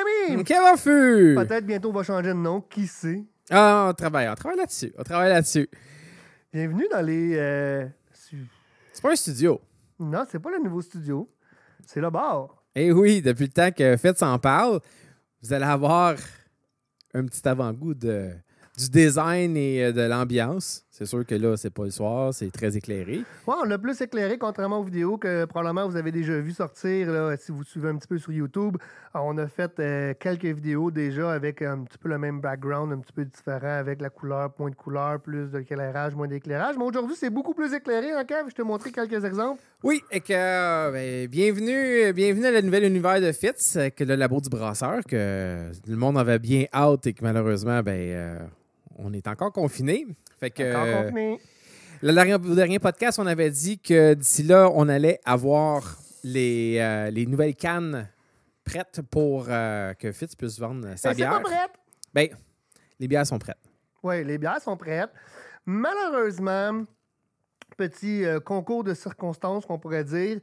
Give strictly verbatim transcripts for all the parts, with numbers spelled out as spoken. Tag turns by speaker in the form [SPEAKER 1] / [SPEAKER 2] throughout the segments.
[SPEAKER 1] ami!
[SPEAKER 2] Kevin Feu!
[SPEAKER 1] Peut-être bientôt on va changer de nom, qui sait?
[SPEAKER 2] Ah, on travaille, on travaille là-dessus. On travaille là-dessus.
[SPEAKER 1] Bienvenue dans les... Euh... su-
[SPEAKER 2] C'est pas un studio.
[SPEAKER 1] Non, c'est pas le nouveau studio. C'est le bar.
[SPEAKER 2] Eh oui, depuis le temps que Fitz en parle, vous allez avoir un petit avant-goût de, du design et de l'ambiance. C'est sûr que là, c'est pas le soir, c'est très éclairé.
[SPEAKER 1] Ouais, on l'a plus éclairé, contrairement aux vidéos que probablement vous avez déjà vu sortir, là, si vous suivez un petit peu sur YouTube. Alors, on a fait euh, quelques vidéos déjà avec un petit peu le même background, un petit peu différent, avec la couleur, point de couleur, plus d'éclairage, moins d'éclairage. Mais aujourd'hui, c'est beaucoup plus éclairé, hein, Kev? Je t'ai montré quelques exemples.
[SPEAKER 2] Oui, et que euh, ben, bienvenue, bienvenue à la nouvelle univers de Fitz, euh, que le labo du brasseur, que le monde avait bien hâte et que malheureusement, ben, euh, on est encore confiné. Fait que,
[SPEAKER 1] Encore confiné.
[SPEAKER 2] Le dernier, le dernier podcast, on avait dit que d'ici là, on allait avoir les, euh, les nouvelles cannes prêtes pour euh, que Fitz puisse vendre sa
[SPEAKER 1] Ben, c'est
[SPEAKER 2] bière.
[SPEAKER 1] pas prête.
[SPEAKER 2] Bien, les bières sont prêtes.
[SPEAKER 1] Oui, les bières sont prêtes. Malheureusement, petit euh, concours de circonstances qu'on pourrait dire,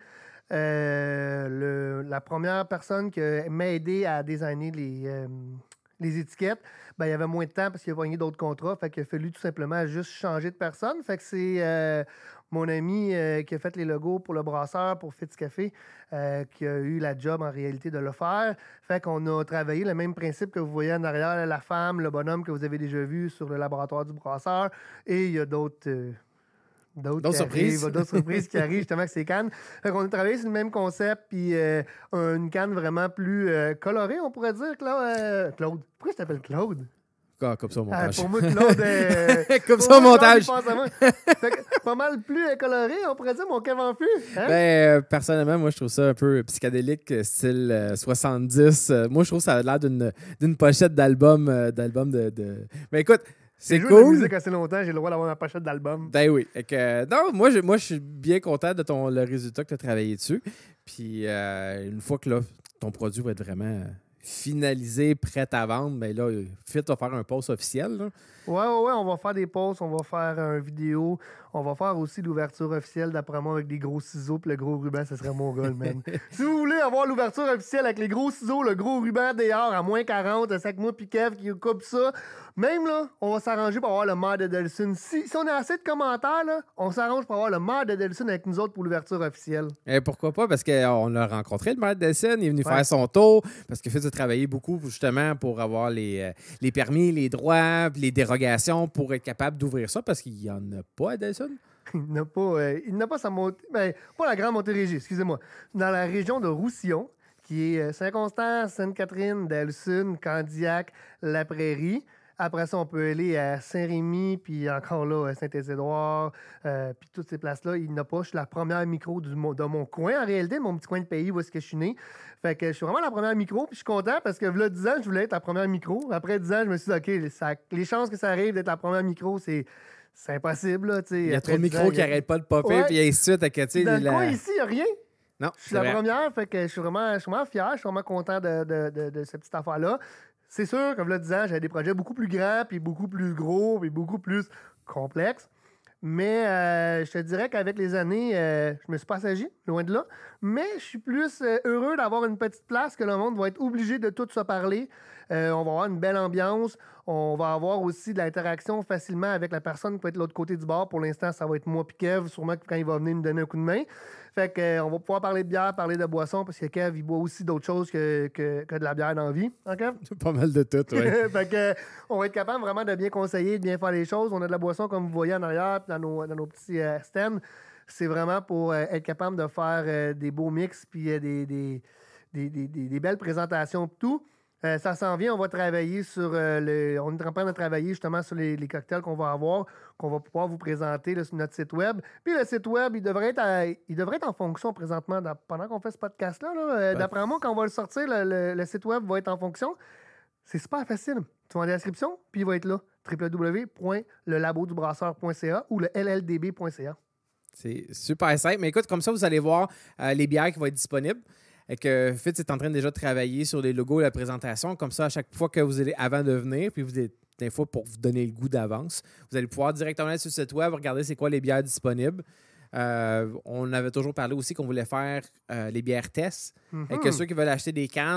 [SPEAKER 1] euh, le- la première personne qui m'a aidé à designer les, euh, les étiquettes, ben, il y avait moins de temps parce qu'il a pogné d'autres contrats. Fait qu'il a fallu tout simplement juste changer de personne. Fait que c'est euh, mon ami euh, qui a fait les logos pour le brasseur, pour Fitz Café, euh, qui a eu la job en réalité de le faire. Fait qu'on a travaillé le même principe que vous voyez en arrière, la femme, le bonhomme que vous avez déjà vu sur le laboratoire du brasseur. Et il y a d'autres... euh, D'autres,
[SPEAKER 2] D'autres
[SPEAKER 1] qui
[SPEAKER 2] surprises.
[SPEAKER 1] arrivent, d'autres surprises qui arrivent justement avec ces cannes. Fait qu'on a travaillé sur le même concept, puis euh, une canne vraiment plus euh, colorée, on pourrait dire, Cla- euh, Claude. Pourquoi je t'appelle Claude?
[SPEAKER 2] Ah, comme ça au
[SPEAKER 1] Ah,
[SPEAKER 2] montage.
[SPEAKER 1] pour moi, Claude. euh,
[SPEAKER 2] Comme
[SPEAKER 1] pour
[SPEAKER 2] ça au
[SPEAKER 1] moi,
[SPEAKER 2] montage.
[SPEAKER 1] Claude, il pense à moi. Fait que pas mal plus euh, coloré, on pourrait dire, mon Kevin Feu. Hein?
[SPEAKER 2] Ben, euh, personnellement, moi, je trouve ça un peu psychédélique, euh, style euh, soixante-dix. Euh, moi, je trouve que ça a l'air d'une, d'une pochette d'album. euh, d'album de, de... Ben, écoute, c'est
[SPEAKER 1] J'ai joué de la
[SPEAKER 2] cool.
[SPEAKER 1] musique assez longtemps, j'ai le droit d'avoir ma pochette d'album.
[SPEAKER 2] Ben oui. Fait que, euh, non, moi, je, moi, je suis bien content de ton, le résultat que tu as travaillé dessus. Puis, euh, une fois que là, ton produit va être vraiment euh, finalisé, prêt à vendre, ben là, Fit va faire un post officiel. Là.
[SPEAKER 1] Ouais, ouais, ouais, on va faire des posts, on va faire une vidéo, on va faire aussi l'ouverture officielle, d'après moi, avec des gros ciseaux puis le gros ruban, ce serait mon goal, man. Si vous voulez avoir l'ouverture officielle avec les gros ciseaux, le gros ruban dehors à moins quarante, c'est avec moi puis Kev qui coupe ça, même là, on va s'arranger pour avoir le maire de Delson. Si, si on a assez de commentaires, là, on s'arrange pour avoir le maire de Delson avec nous autres pour l'ouverture officielle.
[SPEAKER 2] Et pourquoi pas? Parce qu'on a rencontré le maire de Delson, il est venu
[SPEAKER 1] Ouais.
[SPEAKER 2] faire son tour, parce que Fitz a travaillé beaucoup justement pour avoir les, euh, les permis, les droits, puis les dérogations pour être capable d'ouvrir ça, parce qu'il n'y en a pas à Delson.
[SPEAKER 1] Il n'a pas, euh, il n'a pas sa montée, ben, pas la grande Montérégie, excusez-moi. Dans la région de Roussillon, qui est euh, Saint-Constant, Sainte-Catherine, Delsun, Candiac, La Prairie. Après ça, on peut aller à Saint-Rémy, puis encore là, à Saint-Édouard, euh, puis toutes ces places-là, il n'a pas. Je suis la première micro du, mo- de mon coin, en réalité, de mon petit coin de pays où est-ce que je suis né. Fait que je suis vraiment la première micro, puis je suis content parce que là, dix ans, je voulais être la première micro. Après dix ans, je me suis dit, OK, ça- les chances que ça arrive d'être la première micro, c'est, c'est impossible. Là, tu sais.
[SPEAKER 2] Il y a
[SPEAKER 1] Après
[SPEAKER 2] trop de
[SPEAKER 1] dix ans,
[SPEAKER 2] micros
[SPEAKER 1] il
[SPEAKER 2] qui
[SPEAKER 1] y a-
[SPEAKER 2] n'arrêtent pas de popper,
[SPEAKER 1] Ouais.
[SPEAKER 2] puis ainsi de suite. Fait que, tu sais,
[SPEAKER 1] Dans le
[SPEAKER 2] la-
[SPEAKER 1] coin ici, il n'y a rien.
[SPEAKER 2] Non,
[SPEAKER 1] Je suis
[SPEAKER 2] c'est
[SPEAKER 1] la
[SPEAKER 2] vrai.
[SPEAKER 1] première, fait que je suis vraiment, je suis vraiment fier, je suis vraiment content de, de, de, de cette petite affaire-là. C'est sûr, comme là, dix ans, j'avais des projets beaucoup plus grands, puis beaucoup plus gros, puis beaucoup plus complexes. Mais euh, je te dirais qu'avec les années, euh, je me suis pas assagi, loin de là. Mais je suis plus euh, heureux d'avoir une petite place que le monde va être obligé de tout se parler. Euh, on va avoir une belle ambiance. On va avoir aussi de l'interaction facilement avec la personne qui peut être de l'autre côté du bar. Pour l'instant, ça va être moi puis Kev, sûrement quand il va venir me donner un coup de main. Fait que, euh, on va pouvoir parler de bière, parler de boisson, parce que Kev, il boit aussi d'autres choses que, que, que de la bière dans la vie. Hein, Kev?
[SPEAKER 2] C'est pas mal de tout, oui.
[SPEAKER 1] Fait que, euh, on va être capable vraiment de bien conseiller, de bien faire les choses. On a de la boisson, comme vous voyez en arrière, puis dans nos, dans nos petits euh, stands. C'est vraiment pour euh, être capable de faire euh, des beaux mix, puis euh, des, des, des, des, des- des belles présentations, pis tout. Euh, ça s'en vient, on va travailler sur euh, le. On est en train de travailler justement sur les, les cocktails qu'on va avoir, qu'on va pouvoir vous présenter là, sur notre site web. Puis le site web, il devrait être, à- il devrait être en fonction présentement dans- pendant qu'on fait ce podcast-là. Là. Euh,
[SPEAKER 2] Ouais.
[SPEAKER 1] D'après moi, quand on va le sortir, le, le- le site web va être en fonction. C'est super facile. Tu vas dans la description, puis il va être là. w w w point le labo du brasseur point c a ou le l l d b point c a.
[SPEAKER 2] C'est super simple. Mais écoute, comme ça, vous allez voir euh, les bières qui vont être disponibles. Et que Fitz est en train déjà de travailler sur les logos et la présentation. Comme ça, à chaque fois que vous allez, avant de venir, puis vous êtes des fois pour vous donner le goût d'avance, vous allez pouvoir directement aller sur le site web, regarder c'est quoi les bières disponibles. Euh, on avait toujours parlé aussi qu'on voulait faire euh, les bières tests.
[SPEAKER 1] Mhm.
[SPEAKER 2] Et que ceux qui veulent acheter des cannes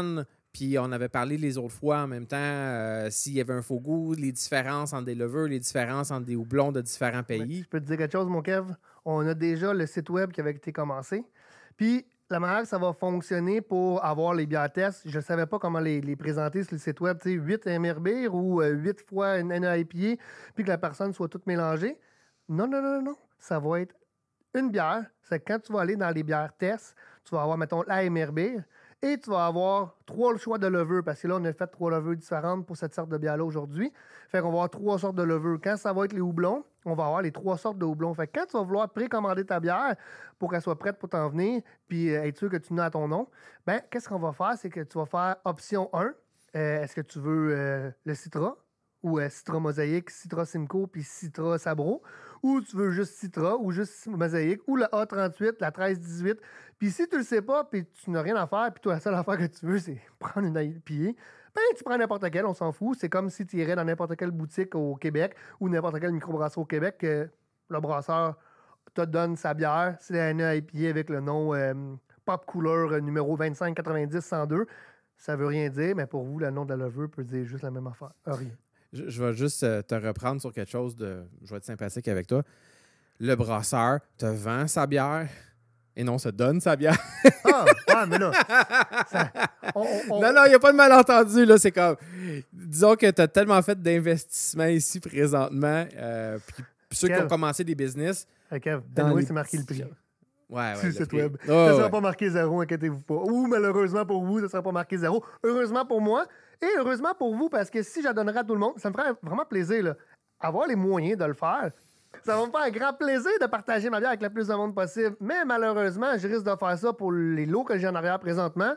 [SPEAKER 2] Puis on avait parlé les autres fois en même temps euh, s'il y avait un faux goût, les différences entre des levures, les différences entre des houblons de différents pays.
[SPEAKER 1] Je peux te dire quelque chose, mon Kev. On a déjà le site web qui avait été commencé. Puis la manière que ça va fonctionner pour avoir les bières tests, je ne savais pas comment les, les présenter sur le site web. Tu sais, huit M R B ou euh, huit fois une N A I P A, puis que la personne soit toute mélangée. Non, non, non, non. Ça va être une bière. C'est quand tu vas aller dans les bières tests, tu vas avoir, mettons, l'A M R B. Et tu vas avoir trois choix de levures, parce que là, on a fait trois levures différentes pour cette sorte de bière-là aujourd'hui. Fait qu'on va avoir trois sortes de levures. Quand ça va être les houblons, on va avoir les trois sortes de houblons. Fait que quand tu vas vouloir précommander ta bière pour qu'elle soit prête pour t'en venir, puis être sûr que tu n'as à ton nom, ben qu'est-ce qu'on va faire? C'est que tu vas faire option un. Euh, est-ce que tu veux euh, le Citra? Ou euh, Citra Mosaïque, Citra Simcoe, puis Citra Sabro, ou tu veux juste Citra, ou juste Mosaïque, ou la A trente-huit, la treize dix-huit. Puis si tu le sais pas, puis tu n'as rien à faire, puis toi, la seule affaire que tu veux, c'est prendre une I P A, ben tu prends n'importe quelle, on s'en fout. C'est comme si tu irais dans n'importe quelle boutique au Québec, ou n'importe quelle microbrasserie au Québec, que le brasseur te donne sa bière. C'est une I P A avec le nom euh, Pop Cooler euh, numéro vingt-cinq quatre-vingt-dix cent deux. Ça veut rien dire, mais pour vous, le nom de la levure peut dire juste la même affaire. Ah, rien.
[SPEAKER 2] Je, je vais juste euh, te reprendre sur quelque chose de. Je vais être sympathique avec toi. Le brasseur te vend sa bière et non se donne sa bière.
[SPEAKER 1] Ah, ah mais là. Ça, on, on,
[SPEAKER 2] non, non, il n'y a pas de malentendu. Là, c'est comme. Disons que tu as tellement fait d'investissement ici présentement. Euh, puis ceux
[SPEAKER 1] Kev.
[SPEAKER 2] qui ont commencé des business.
[SPEAKER 1] Okay.
[SPEAKER 2] Dans
[SPEAKER 1] Anyway,
[SPEAKER 2] les
[SPEAKER 1] c'est marqué le prix.
[SPEAKER 2] Ouais, ouais,
[SPEAKER 1] sur le site
[SPEAKER 2] prix.
[SPEAKER 1] web.
[SPEAKER 2] Oh,
[SPEAKER 1] ça ne sera
[SPEAKER 2] ouais.
[SPEAKER 1] pas marqué zéro, inquiétez-vous pas. Ou malheureusement pour vous, ça ne sera pas marqué zéro. Heureusement pour moi et heureusement pour vous, parce que si j'adonnerais à tout le monde, ça me ferait vraiment plaisir, là, avoir les moyens de le faire. Ça va me faire un grand plaisir de partager ma bière avec le plus de monde possible. Mais malheureusement, je risque de faire ça pour les lots que j'ai en arrière présentement.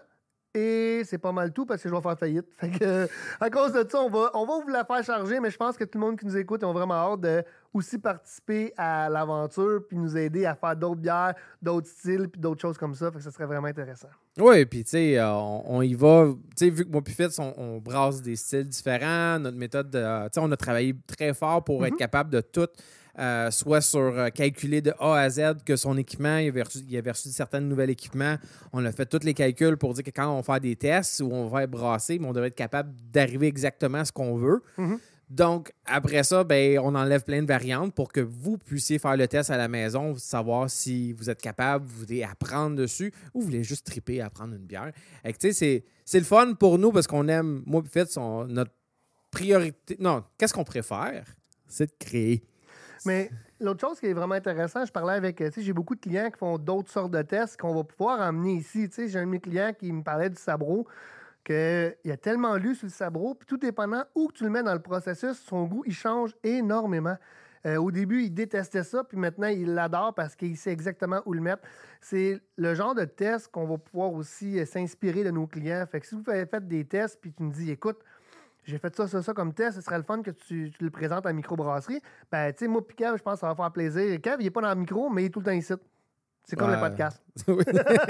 [SPEAKER 1] Et c'est pas mal tout parce que je vais faire faillite. Fait que, euh, à cause de ça, on va, on va vous la faire charger, mais je pense que tout le monde qui nous écoute ont vraiment hâte de aussi participer à l'aventure puis nous aider à faire d'autres bières, d'autres styles puis d'autres choses comme ça. Fait que ça serait vraiment intéressant.
[SPEAKER 2] Oui, puis tu sais, euh, on, on y va. Tu sais, vu que moi puis Fitz, on, on brasse des styles différents, notre méthode, de, euh, tu sais, on a travaillé très fort pour mm-hmm. être capable de tout. Euh, soit sur euh, calculer de A à Z que son équipement, il avait, reçu, il avait reçu certains nouveaux équipements. On a fait tous les calculs pour dire que quand on va faire des tests ou on va être brassé, on devrait être capable d'arriver exactement à ce qu'on veut.
[SPEAKER 1] Mm-hmm.
[SPEAKER 2] Donc, après ça, ben, on enlève plein de variantes pour que vous puissiez faire le test à la maison, savoir si vous êtes capable, vous voulez apprendre dessus ou vous voulez juste triper à prendre une bière. Et tu sais, c'est, c'est le fun pour nous parce qu'on aime, moi et Fitz, on, notre priorité... Non, qu'est-ce qu'on préfère? C'est de créer.
[SPEAKER 1] Mais l'autre chose qui est vraiment intéressant, je parlais avec, tu sais, j'ai beaucoup de clients qui font d'autres sortes de tests qu'on va pouvoir emmener ici. Tu sais, j'ai un de mes clients qui me parlait du sabro, qu'il a tellement lu sur le sabro, puis tout dépendant où tu le mets dans le processus, son goût, il change énormément. Euh, au début, il détestait ça, puis maintenant, il l'adore parce qu'il sait exactement où le mettre. C'est le genre de test qu'on va pouvoir aussi euh, s'inspirer de nos clients. Fait que si vous faites des tests, puis tu me dis, écoute, j'ai fait ça, ça, ça comme test, ce serait le fun que tu, tu le présentes à la microbrasserie. Ben, tu sais, moi, puis Kev, je pense que ça va faire plaisir. Kev, il n'est pas dans le micro, mais il est tout le temps ici. C'est comme
[SPEAKER 2] ouais.
[SPEAKER 1] le podcast.
[SPEAKER 2] Oui.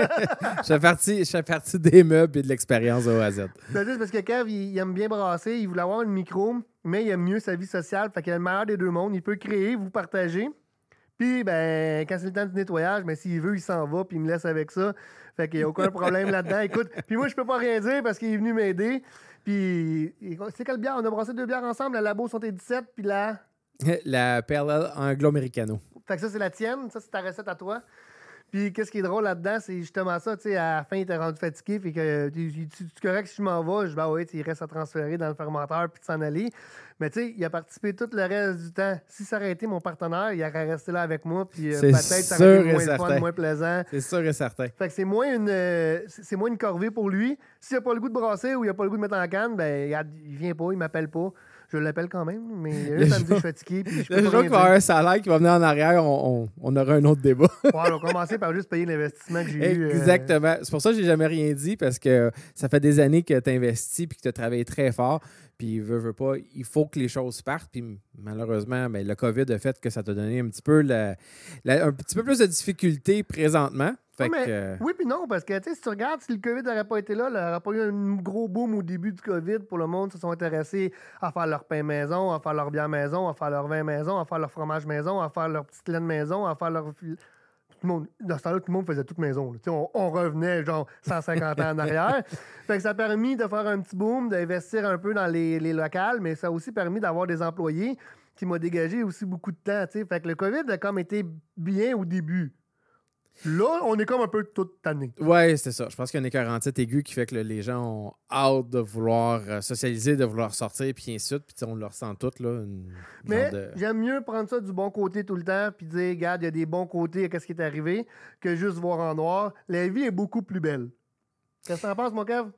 [SPEAKER 2] je, fais partie, je fais partie des meubles et de l'expérience de A à Z.
[SPEAKER 1] Ben, c'est parce que Kev, il, il aime bien brasser, il voulait avoir un micro, mais il aime mieux sa vie sociale. Fait qu'il a le meilleur des deux mondes. Il peut créer, vous partager. Puis, ben, quand c'est le temps du nettoyage, ben, s'il veut, il s'en va, puis il me laisse avec ça. Fait qu'il n'y a aucun problème là-dedans. Écoute, puis moi, je peux pas rien dire parce qu'il est venu m'aider. Puis, c'est quelle bière? On a brassé deux bières ensemble. La Labo sont dix-sept, puis la...
[SPEAKER 2] La Perle Anglo-Americano.
[SPEAKER 1] Fait que ça, c'est la tienne. Ça, c'est ta recette à toi. Puis, qu'est-ce qui est drôle là-dedans, c'est justement ça, tu sais, à la fin, il était rendu fatigué, fait que tu es correct si je m'en vais, je dis, bah oui, il reste à transférer dans le fermenteur puis de s'en aller. Mais tu sais, il a participé tout le reste du temps. Si ça aurait été mon partenaire, il aurait resté là avec moi, puis euh, peut-être ça aurait été moins fun, moins plaisant.
[SPEAKER 2] C'est sûr et certain.
[SPEAKER 1] Fait que c'est moins une, euh, c'est moins une corvée pour lui. S'il n'a pas le goût de brasser ou il n'a pas le goût de mettre en canne, ben, regarde, il vient pas, il m'appelle pas. Je l'appelle quand même, mais là, ça me dit que je suis fatigué. Puis je
[SPEAKER 2] le jour qu'il va avoir un salaire qui va venir en arrière, on, on, on aura un autre débat.
[SPEAKER 1] Ouais, on va commencer par juste payer l'investissement que j'ai eu.
[SPEAKER 2] Exactement. Euh... C'est pour ça que j'ai jamais rien dit, parce que ça fait des années que tu investis et que tu as travaillé très fort. Puis, veux, veux pas, il faut que les choses partent. Puis, malheureusement, ben, le COVID a fait que ça t'a donné un petit peu, la, la, un petit peu plus de difficultés présentement. Fait
[SPEAKER 1] mais,
[SPEAKER 2] que, euh...
[SPEAKER 1] Oui, puis non, parce que si tu regardes, si le COVID n'aurait pas été là, il n'aurait pas eu un gros boom au début du COVID pour le monde. Ils se sont intéressés à faire leur pain maison, à faire leur bière maison, à faire leur vin maison, à faire leur fromage maison, à faire leur petite laine maison, à faire leur. le monde, dans ce temps-là, tout le monde faisait toute maison. On, on revenait genre cent cinquante ans en arrière. Fait que ça a permis de faire un petit boom, d'investir un peu dans les, les locales, mais ça a aussi permis d'avoir des employés qui m'ont dégagé aussi beaucoup de temps. T'sais. Fait que le COVID a comme été bien au début. Là, on est comme un peu toute tannée.
[SPEAKER 2] Ouais, c'est ça. Je pense qu'il y a une écœurantite aiguë qui fait que là, les gens ont hâte de vouloir euh, socialiser, de vouloir sortir, puis ainsi de suite. Puis on le ressent tout, là. Une
[SPEAKER 1] Mais
[SPEAKER 2] de...
[SPEAKER 1] j'aime mieux prendre ça du bon côté tout le temps, puis dire, regarde, il y a des bons côtés à ce qui est arrivé, que juste voir en noir. La vie est beaucoup plus belle. Qu'est-ce que t'en penses, mon Kev?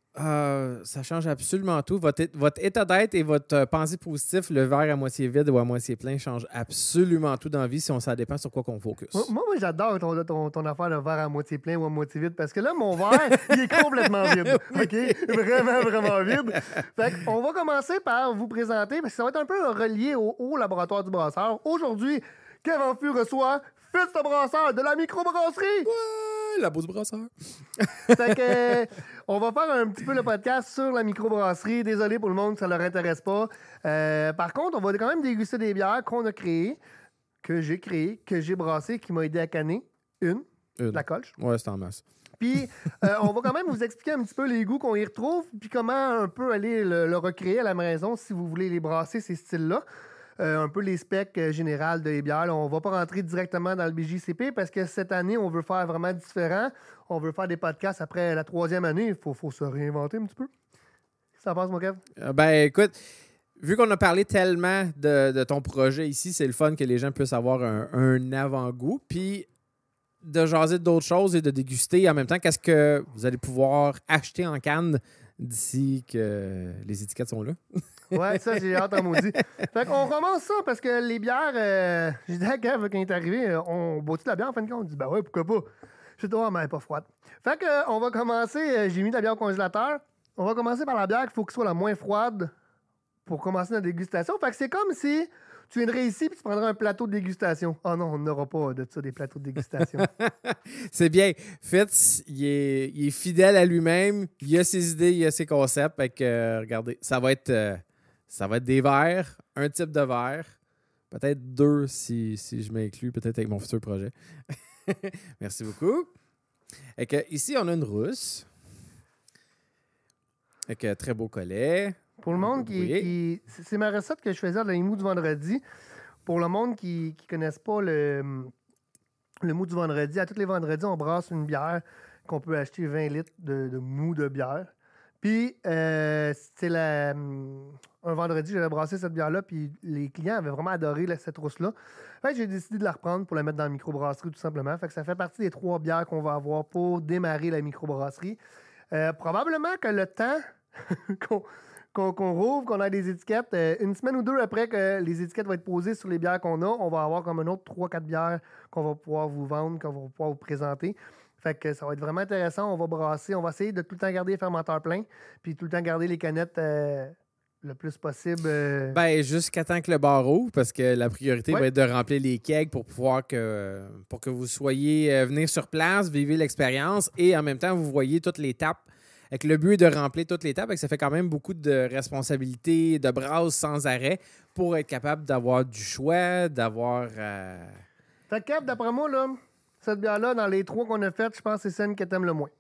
[SPEAKER 2] Euh, ça change absolument tout. Votre, é- votre état d'être et votre euh, pensée positive, le verre à moitié vide ou à moitié plein, change absolument tout dans la vie si on ça dépend sur quoi qu'on focus.
[SPEAKER 1] Moi, moi, moi, j'adore ton, ton, ton affaire de verre à moitié plein ou à moitié vide parce que là, mon verre, il est complètement vide. OK? Vraiment, vraiment vide. Fait qu'on va commencer par vous présenter parce que ça va être un peu relié au, au laboratoire du brasseur. Aujourd'hui, Kev Amphu reçoit Fitz le brasseur de la microbrasserie.
[SPEAKER 2] Ouais, la bouse brasseur.
[SPEAKER 1] Fait que, euh, on va faire un petit peu le podcast sur la microbrasserie. Désolé pour le monde que ça leur intéresse pas. Euh, par contre, on va quand même déguster des bières qu'on a créées, que j'ai créées, que j'ai brassées, qui m'ont aidé à canner. Une,
[SPEAKER 2] Une.
[SPEAKER 1] la colche.
[SPEAKER 2] Ouais, c'est en masse.
[SPEAKER 1] Puis, euh, on va quand même vous expliquer un petit peu les goûts qu'on y retrouve, puis comment un peu aller le, le recréer à la maison si vous voulez les brasser, ces styles-là. Euh, un peu les specs euh, générales de les bières. Là, on va pas rentrer directement dans le B J C P parce que cette année, on veut faire vraiment différent. On veut faire des podcasts après la troisième année. Il faut, faut se réinventer un petit peu. Ça passe, mon Kev?
[SPEAKER 2] Euh, ben, écoute, vu qu'on a parlé tellement de, de ton projet ici, c'est le fun que les gens puissent avoir un, un avant-goût. Puis, de jaser d'autres choses et de déguster en même temps. Qu'est-ce que vous allez pouvoir acheter en canne d'ici que les étiquettes sont là?
[SPEAKER 1] Ouais, ça, j'ai hâte en maudit. Fait qu'on commence ça parce que les bières, euh, j'ai dit à Kev quand il est arrivé, euh, on boit-tu de la bière en fin de compte? On dit, ben ouais, pourquoi pas? Je dis, oh, mais elle est pas froide. Fait que, euh, on va commencer, euh, j'ai mis de la bière au congélateur. On va commencer par la bière qu'il faut qu'elle soit la moins froide pour commencer notre dégustation. Fait que c'est comme si tu viendrais ici et tu prendrais un plateau de dégustation. Oh non, on n'aura pas de ça, des plateaux de dégustation.
[SPEAKER 2] C'est bien. Fitz, il est, il est fidèle à lui-même. Il a ses idées, il a ses concepts. Fait que, euh, regardez, ça va être... Euh, Ça va être des verres, un type de verre, peut-être deux si, si je m'inclus, peut-être avec mon futur projet. Merci beaucoup. Et que, ici, on a une rousse. Avec un très beau collet.
[SPEAKER 1] Pour le monde qui,
[SPEAKER 2] Oui.
[SPEAKER 1] qui- C'est c'est ma recette que je faisais dans les mous du vendredi. Pour le monde qui ne connaisse pas le, le mou du vendredi, à tous les vendredis, on brasse une bière qu'on peut acheter vingt litres de, de mou de bière. Puis, euh, c'est la, un vendredi, j'avais brassé cette bière-là, puis les clients avaient vraiment adoré la- cette rousse-là. Fait que j'ai décidé de la reprendre pour la mettre dans la microbrasserie, tout simplement. Fait que ça fait partie des trois bières qu'on va avoir pour démarrer la microbrasserie. Euh, probablement que le temps qu'on qu'on qu'on rouvre, qu'on a des étiquettes, euh, une semaine ou deux après que les étiquettes vont être posées sur les bières qu'on a, on va avoir comme un autre trois quatre bières qu'on va pouvoir vous vendre, qu'on va pouvoir vous présenter. Fait que ça va être vraiment intéressant. On va brasser. On va essayer de tout le temps garder les fermenteurs pleins, puis tout le temps garder les canettes euh, le plus possible. euh.
[SPEAKER 2] Ben, jusqu'à temps que le bar ouvre, parce que la priorité
[SPEAKER 1] Ouais.
[SPEAKER 2] va être de remplir les kegs pour pouvoir que, pour que vous soyez euh, venir sur place, vivez l'expérience et en même temps, vous voyez toutes les tapes. Avec le but est de remplir toutes les tapes, et que ça fait quand même beaucoup de responsabilités, de brasse sans arrêt pour être capable d'avoir du choix, d'avoir... euh,
[SPEAKER 1] Fait que, Kev, d'après moi, là, cette bière-là, dans les trois qu'on a faites, je pense que c'est celle que t'aimes le moins.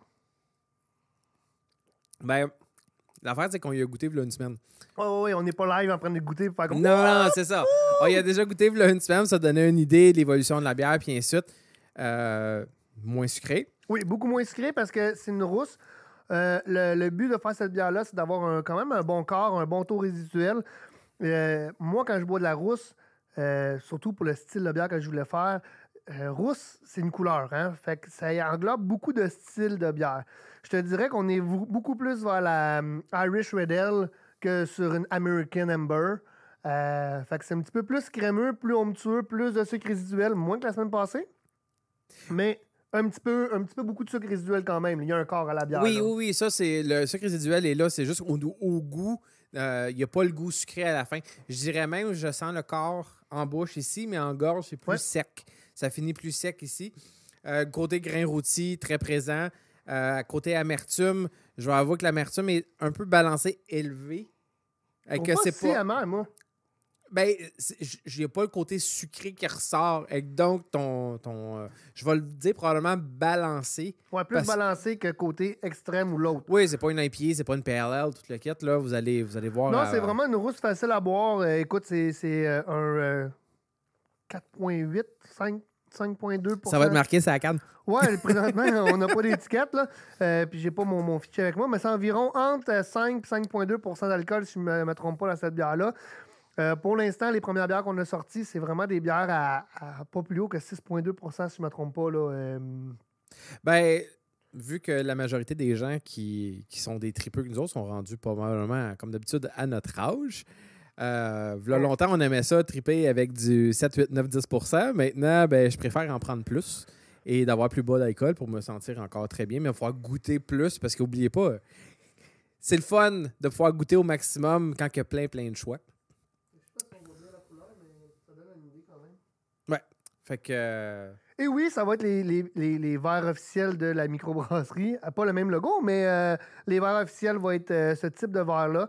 [SPEAKER 2] Ben, l'affaire, c'est qu'on y a goûté il y a une semaine.
[SPEAKER 1] Oh, oui, on n'est pas live en train de goûter pour faire comme...
[SPEAKER 2] Non, non, c'est ça. On y a déjà goûté il y a une semaine, ça donnait une idée de l'évolution de la bière, puis ainsi de suite. Euh, moins sucré.
[SPEAKER 1] Oui, beaucoup moins sucré parce que c'est une rousse. Euh, le, le but de faire cette bière-là, c'est d'avoir un- quand même un bon corps, un bon taux résiduel. Euh, moi, quand je bois de la rousse, euh, surtout pour le style de bière que je voulais faire, euh, rousse, c'est une couleur. Hein? Fait que ça englobe beaucoup de styles de bière. Je te dirais qu'on est vou- beaucoup plus vers la um, Irish Red Ale que sur une American Amber. Euh, fait que c'est un petit peu plus crémeux, plus onctueux, plus de sucre résiduel, moins que la semaine passée. Mais un petit peu, un petit peu beaucoup de sucre résiduel quand même. Il y a un corps à la bière.
[SPEAKER 2] Oui,
[SPEAKER 1] là.
[SPEAKER 2] oui, oui, ça, c'est le sucre résiduel est là, c'est juste au, au goût. Euh, Il n'y a pas le goût sucré à la fin. Je dirais même, je sens le corps en bouche ici, mais en gorge, c'est plus
[SPEAKER 1] Ouais.
[SPEAKER 2] sec. Ça finit plus sec ici. Euh, côté grain rôti, très présent. Euh, côté amertume, je vais avouer que l'amertume est un peu balancée, élevée.
[SPEAKER 1] Je
[SPEAKER 2] Et
[SPEAKER 1] trouve
[SPEAKER 2] que
[SPEAKER 1] pas
[SPEAKER 2] c'est
[SPEAKER 1] si
[SPEAKER 2] pas...
[SPEAKER 1] amer, moi.
[SPEAKER 2] Ben, il n'y a pas le côté sucré qui ressort. Et donc, ton. ton euh, je vais le dire probablement balancé.
[SPEAKER 1] Ouais, plus
[SPEAKER 2] parce...
[SPEAKER 1] balancé que côté extrême ou l'autre.
[SPEAKER 2] Oui, c'est pas une I P A, c'est pas une P L L, toute le kit. Là, vous, allez, vous allez voir.
[SPEAKER 1] Non,
[SPEAKER 2] à...
[SPEAKER 1] c'est vraiment une rousse facile à boire. Euh, écoute, c'est, c'est euh, un euh, quatre virgule huit, cinq, cinq virgule deux pour cent.
[SPEAKER 2] Ça va être marqué sur la canne.
[SPEAKER 1] Ouais, présentement, on n'a pas d'étiquette, là. Euh, puis j'ai pas mon, mon fichier avec moi, mais c'est environ entre cinq et cinq virgule deux pour cent d'alcool, si je ne me, me trompe pas, dans cette bière-là. Euh, pour l'instant, les premières bières qu'on a sorties, c'est vraiment des bières à, à pas plus haut que six virgule deux pour cent, si je ne me trompe pas, là. Euh...
[SPEAKER 2] Ben, vu que la majorité des gens qui, qui sont des tripeux que nous autres sont rendus probablement, comme d'habitude, à notre âge. Euh, là, longtemps, on aimait ça, triper avec du sept, huit, neuf, dix pour cent. Maintenant, ben, je préfère en prendre plus et d'avoir plus bas d'alcool pour me sentir encore très bien. Mais il va falloir goûter plus parce qu'oubliez pas, c'est le fun de pouvoir goûter au maximum quand il y a plein, plein de choix.
[SPEAKER 1] Je sais pas si on voit bien la couleur, mais ça donne une idée quand même.
[SPEAKER 2] Ouais. Fait que... Euh...
[SPEAKER 1] Et oui, ça va être les, les, les, les verres officiels de la microbrasserie. Pas le même logo, mais euh, les verres officiels vont être euh, ce type de verre-là.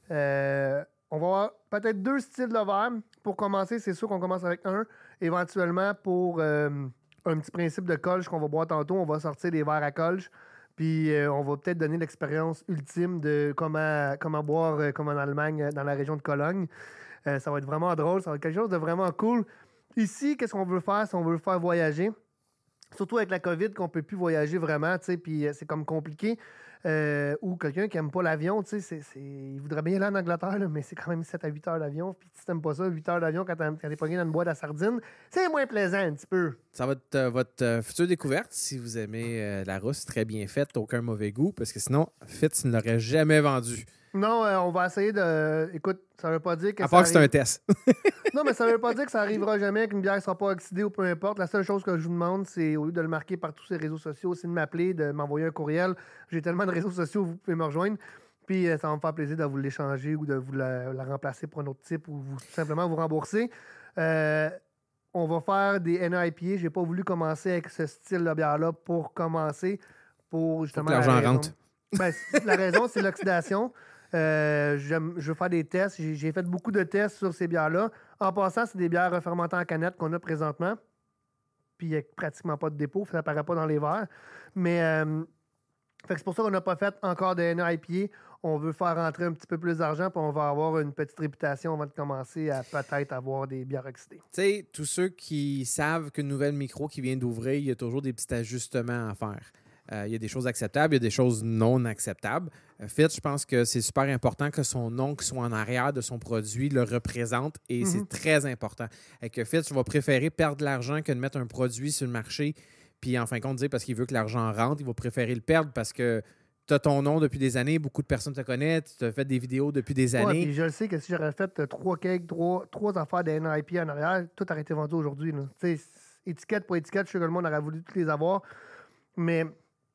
[SPEAKER 1] Euh, on va avoir peut-être deux styles de verre. Pour commencer, c'est sûr qu'on commence avec un. Éventuellement, pour euh, un petit principe de colche qu'on va boire tantôt, on va sortir des verres à colche. Puis euh, on va peut-être donner l'expérience ultime de comment, comment boire euh, comme en Allemagne, dans la région de Cologne. Euh, ça va être vraiment drôle. Ça va être quelque chose de vraiment cool. Ici, qu'est-ce qu'on veut faire? Si on veut le faire voyager, surtout avec la COVID, qu'on ne peut plus voyager vraiment, tu sais, puis c'est comme compliqué. Euh, ou quelqu'un qui n'aime pas l'avion, tu sais, c'est, c'est... il voudrait bien aller en Angleterre, là, mais c'est quand même sept à huit heures d'avion. Puis si tu n'aimes pas ça, huit heures d'avion quand tu es pogné dans une boîte à sardines, c'est moins plaisant un petit peu.
[SPEAKER 2] Ça va être euh, votre euh, future découverte si vous aimez euh, la rousse très bien faite, aucun mauvais goût, parce que sinon, Fitz ne l'aurait jamais vendu.
[SPEAKER 1] Non, euh, on va essayer de... Écoute, ça veut pas dire que
[SPEAKER 2] à
[SPEAKER 1] ça
[SPEAKER 2] part que c'est
[SPEAKER 1] arrive...
[SPEAKER 2] un test.
[SPEAKER 1] Non, mais ça veut pas dire que ça arrivera jamais, qu'une bière ne sera pas oxydée ou peu importe. La seule chose que je vous demande, c'est, au lieu de le marquer par tous ces réseaux sociaux, c'est de m'appeler, de m'envoyer un courriel. J'ai tellement de réseaux sociaux où vous pouvez me rejoindre. Puis euh, ça va me faire plaisir de vous l'échanger ou de vous la, la remplacer pour un autre type ou vous, tout simplement vous rembourser. Euh, on va faire des N A I P A. J'ai pas voulu commencer avec ce style de bière-là pour commencer. Pour justement.
[SPEAKER 2] Faut que l'argent rentre.
[SPEAKER 1] Ben, la raison, c'est l'oxydation. Euh, je veux faire des tests. J'ai, j'ai fait beaucoup de tests sur ces bières-là. En passant, c'est des bières refermentées en canette qu'on a présentement. Puis il n'y a pratiquement pas de dépôt. Ça n'apparaît pas dans les verres. Mais euh, fait que c'est pour ça qu'on n'a pas fait encore de N A I P A. On veut faire rentrer un petit peu plus d'argent, puis on va avoir une petite réputation avant de commencer à peut-être avoir des bières oxydées.
[SPEAKER 2] Tu sais, tous ceux qui savent qu'une nouvelle micro qui vient d'ouvrir, il y a toujours des petits ajustements à faire. Euh, il y a des choses acceptables, il y a des choses non acceptables. Euh, Fitz, je pense que c'est super important que son nom qui soit en arrière de son produit le représente et mm-hmm. c'est très important. Et que Fitz va préférer perdre de l'argent que de mettre un produit sur le marché puis en fin de compte dire parce qu'il veut que l'argent rentre, il va préférer le perdre parce que tu as ton nom depuis des années, beaucoup de personnes te connaissent, tu as fait des vidéos depuis des années.
[SPEAKER 1] Ouais, puis je le sais que si j'aurais fait euh, trois cakes, trois, trois affaires de N A I P A en arrière, tout aurait été vendu aujourd'hui. Tu sais, étiquette pour étiquette, je sais que le monde aurait voulu toutes les avoir. Mais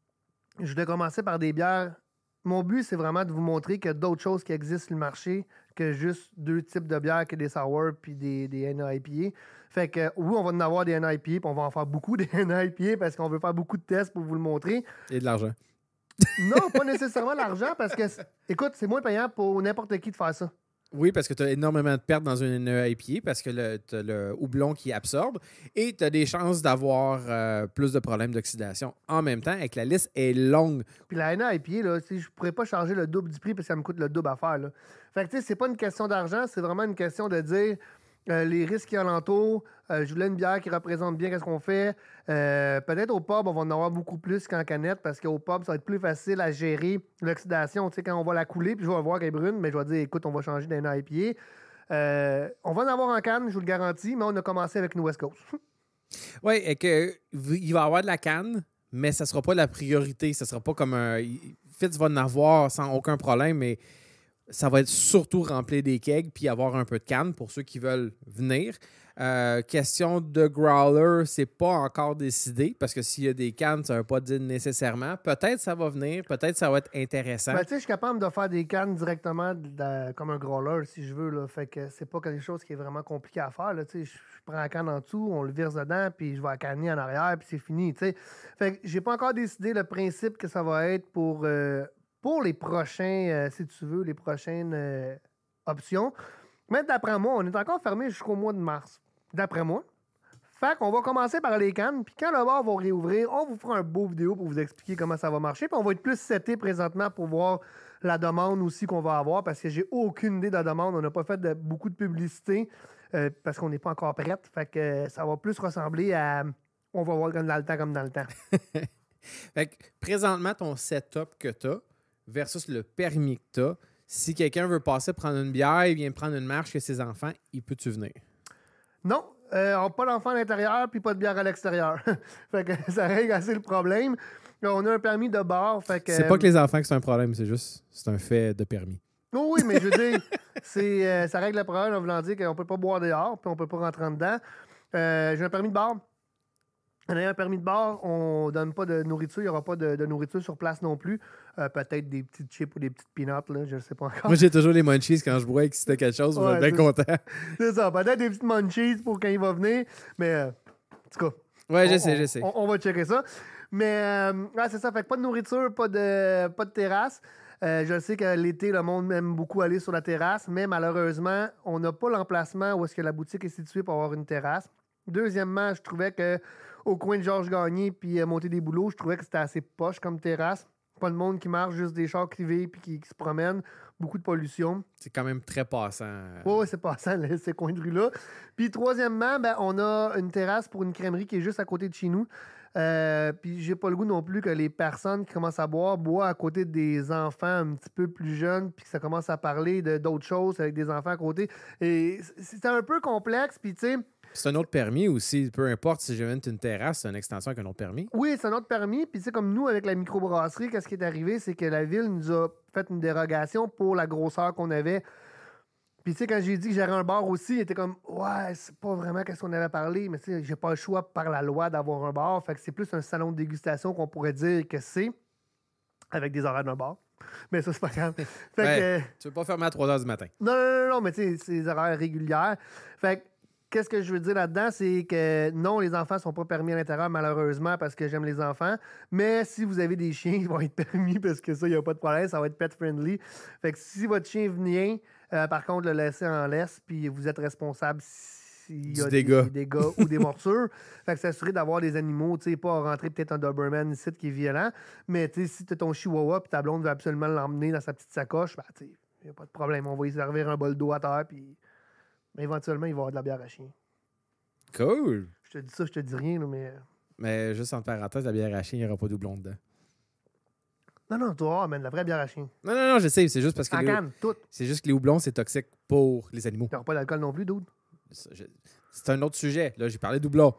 [SPEAKER 1] je voulais commencer par des bières. Mon but, c'est vraiment de vous montrer qu'il y a d'autres choses qui existent sur le marché que juste deux types de bières, que des sour puis des, des N A I P A. Fait que oui, on va en avoir des N A I P A, puis on va en faire beaucoup des N A I P A parce qu'on veut faire beaucoup de tests pour vous le montrer.
[SPEAKER 2] Et de l'argent.
[SPEAKER 1] Non, pas nécessairement l'argent parce que, écoute, c'est moins payant pour n'importe qui de faire ça.
[SPEAKER 2] Oui, parce que tu as énormément de pertes dans une N A I P A parce que tu as le houblon qui absorbe et tu as des chances d'avoir euh, plus de problèmes d'oxydation en même temps et que la liste est longue.
[SPEAKER 1] Puis la N A I P A, là, je ne pourrais pas charger le double du prix parce que ça me coûte le double à faire. Là. Fait que tu sais, c'est pas une question d'argent, c'est vraiment une question de dire euh, les risques qui alentour. Euh, je voulais une bière qui représente bien ce qu'on fait. Euh, peut-être au pub, on va en avoir beaucoup plus qu'en canette parce qu'au pub, ça va être plus facile à gérer l'oxydation. Tu sais, quand on va la couler, puis je vais voir qu'elle est brune, mais je vais dire, écoute, on va changer d'un N A I P A. Euh, on va en avoir en canne, je vous le garantis, mais on a commencé avec une West Coast.
[SPEAKER 2] Oui, et que il va y avoir de la canne, mais ça ne sera pas la priorité. Ça sera pas comme un. Fitz va en avoir sans aucun problème, mais ça va être surtout remplir des kegs puis avoir un peu de canne pour ceux qui veulent venir. Euh, question de growler, c'est pas encore décidé parce que s'il y a des cannes, ça ne veut pas dire nécessairement. Peut-être ça va venir, peut-être ça va être intéressant.
[SPEAKER 1] Ben, tu sais, je suis capable de faire des cannes directement de, de, comme un growler si je veux. Là. Fait que c'est pas quelque chose qui est vraiment compliqué à faire. Là. Je, je prends la canne en dessous, on le verse dedans, puis je vais la canner en arrière, puis c'est fini. T'sais. Fait que j'ai pas encore décidé le principe que ça va être pour, euh, pour les prochains, euh, si tu veux, les prochaines euh, options. Mais d'après moi, on est encore fermé jusqu'au mois de mars. D'après moi. Fait qu'on va commencer par les cannes, puis quand le bar va réouvrir, on vous fera un beau vidéo pour vous expliquer comment ça va marcher, puis on va être plus seté présentement pour voir la demande aussi qu'on va avoir, parce que j'ai aucune idée de la demande. On n'a pas fait de, beaucoup de publicité, euh, parce qu'on n'est pas encore prête. Fait que euh, ça va plus ressembler à... On va voir comme dans le temps, comme dans le temps.
[SPEAKER 2] Fait que présentement, ton setup que tu as versus le permis que tu as, si quelqu'un veut passer prendre une bière, il vient prendre une marche chez ses enfants, il peut-tu venir?
[SPEAKER 1] Non, euh, on n'a pas d'enfant à l'intérieur puis pas de bière à l'extérieur. Fait que ça règle assez le problème. Là, on a un permis de bar. Fait que,
[SPEAKER 2] c'est pas que les enfants que c'est un problème, c'est juste c'est un fait de permis.
[SPEAKER 1] Oh oui, mais je veux dire, c'est, euh, ça règle le problème en voulant dire qu'on peut pas boire dehors puis on peut pas rentrer en dedans. Euh, j'ai un permis de bar. En ayant un permis de bar, on donne pas de nourriture. Il n'y aura pas de, de nourriture sur place non plus. Euh, peut-être des petites chips ou des petites peanuts, là, je ne sais pas encore.
[SPEAKER 2] Moi, j'ai toujours les munchies quand je bois et que c'était quelque chose,
[SPEAKER 1] Ouais,
[SPEAKER 2] je vais être bien content.
[SPEAKER 1] C'est ça, peut-être des petites munchies pour quand il va venir. Mais, euh, en tout cas.
[SPEAKER 2] Ouais, je
[SPEAKER 1] on,
[SPEAKER 2] sais,
[SPEAKER 1] on,
[SPEAKER 2] je sais.
[SPEAKER 1] On, on va checker ça. Mais, euh, ouais, c'est ça. Fait que pas de nourriture, pas de, pas de terrasse. Euh, je sais que l'été, le monde aime beaucoup aller sur la terrasse, mais malheureusement, on n'a pas l'emplacement où est-ce que la boutique est située pour avoir une terrasse. Deuxièmement, je trouvais que au coin de Georges Gagné puis euh, monter des boulots, je trouvais que c'était assez poche comme terrasse. Pas de monde qui marche, juste des chars privés puis qui, qui se promènent. Beaucoup de pollution.
[SPEAKER 2] C'est quand même très passant.
[SPEAKER 1] Oui, ouais, c'est passant, là, ces coins de rue-là. Puis troisièmement, ben, on a une terrasse pour une crèmerie qui est juste à côté de chez nous. Euh, puis j'ai pas le goût non plus que les personnes qui commencent à boire boivent à côté des enfants un petit peu plus jeunes puis que ça commence à parler de, d'autres choses avec des enfants à côté. Et c'est un peu complexe, puis tu sais...
[SPEAKER 2] C'est un autre permis aussi. Peu importe si je viens une terrasse, c'est une extension avec un autre permis.
[SPEAKER 1] Oui, c'est un autre permis. Puis, tu sais, comme nous, avec la microbrasserie, qu'est-ce qui est arrivé? C'est que la ville nous a fait une dérogation pour la grosseur qu'on avait. Puis, tu sais, quand j'ai dit que j'aurais un bar aussi, il était comme, ouais, c'est pas vraiment qu'est-ce qu'on avait parlé, mais tu sais, j'ai pas le choix par la loi d'avoir un bar. Fait que c'est plus un salon de dégustation qu'on pourrait dire que c'est, avec des horaires d'un bar. Mais ça, c'est pas grave. Fait
[SPEAKER 2] Ouais,
[SPEAKER 1] que,
[SPEAKER 2] tu veux pas fermer à trois heures du matin.
[SPEAKER 1] Non, non, non, non, mais tu sais, c'est des horaires régulières. Fait que, qu'est-ce que je veux dire là-dedans, c'est que non, les enfants sont pas permis à l'intérieur, malheureusement, parce que j'aime les enfants. Mais si vous avez des chiens, ils vont être permis parce que ça, il n'y a pas de problème, ça va être pet-friendly. Fait que si votre chien vient, euh, par contre, le laisser en laisse, puis vous êtes responsable s'il y a
[SPEAKER 2] Du
[SPEAKER 1] des
[SPEAKER 2] dégât.
[SPEAKER 1] des dégâts ou des morsures. Fait que s'assurer d'avoir des animaux, tu sais, pas rentrer peut-être un Doberman ici qui est violent, mais tu sais, si tu as ton chihuahua puis ta blonde veut absolument l'emmener dans sa petite sacoche, ben, tu sais, il n'y a pas de problème. On va y servir un bol d'eau à terre, puis ben, éventuellement, il va y avoir de la bière à chien.
[SPEAKER 2] Cool.
[SPEAKER 1] Je te dis ça, je te dis rien, là, mais...
[SPEAKER 2] Mais juste en parenthèse, la bière à chien, il n'y aura pas de doublon dedans.
[SPEAKER 1] Non, non, toi, man, la vraie bière à chien.
[SPEAKER 2] Non, non, non, je sais, c'est juste parce que
[SPEAKER 1] En
[SPEAKER 2] les,
[SPEAKER 1] canne, tout.
[SPEAKER 2] c'est juste que les houblons, c'est toxique pour les animaux.
[SPEAKER 1] Il n'y aura pas d'alcool non plus, dude.
[SPEAKER 2] Ça, je- C'est un autre sujet. Là, j'ai parlé de doublons.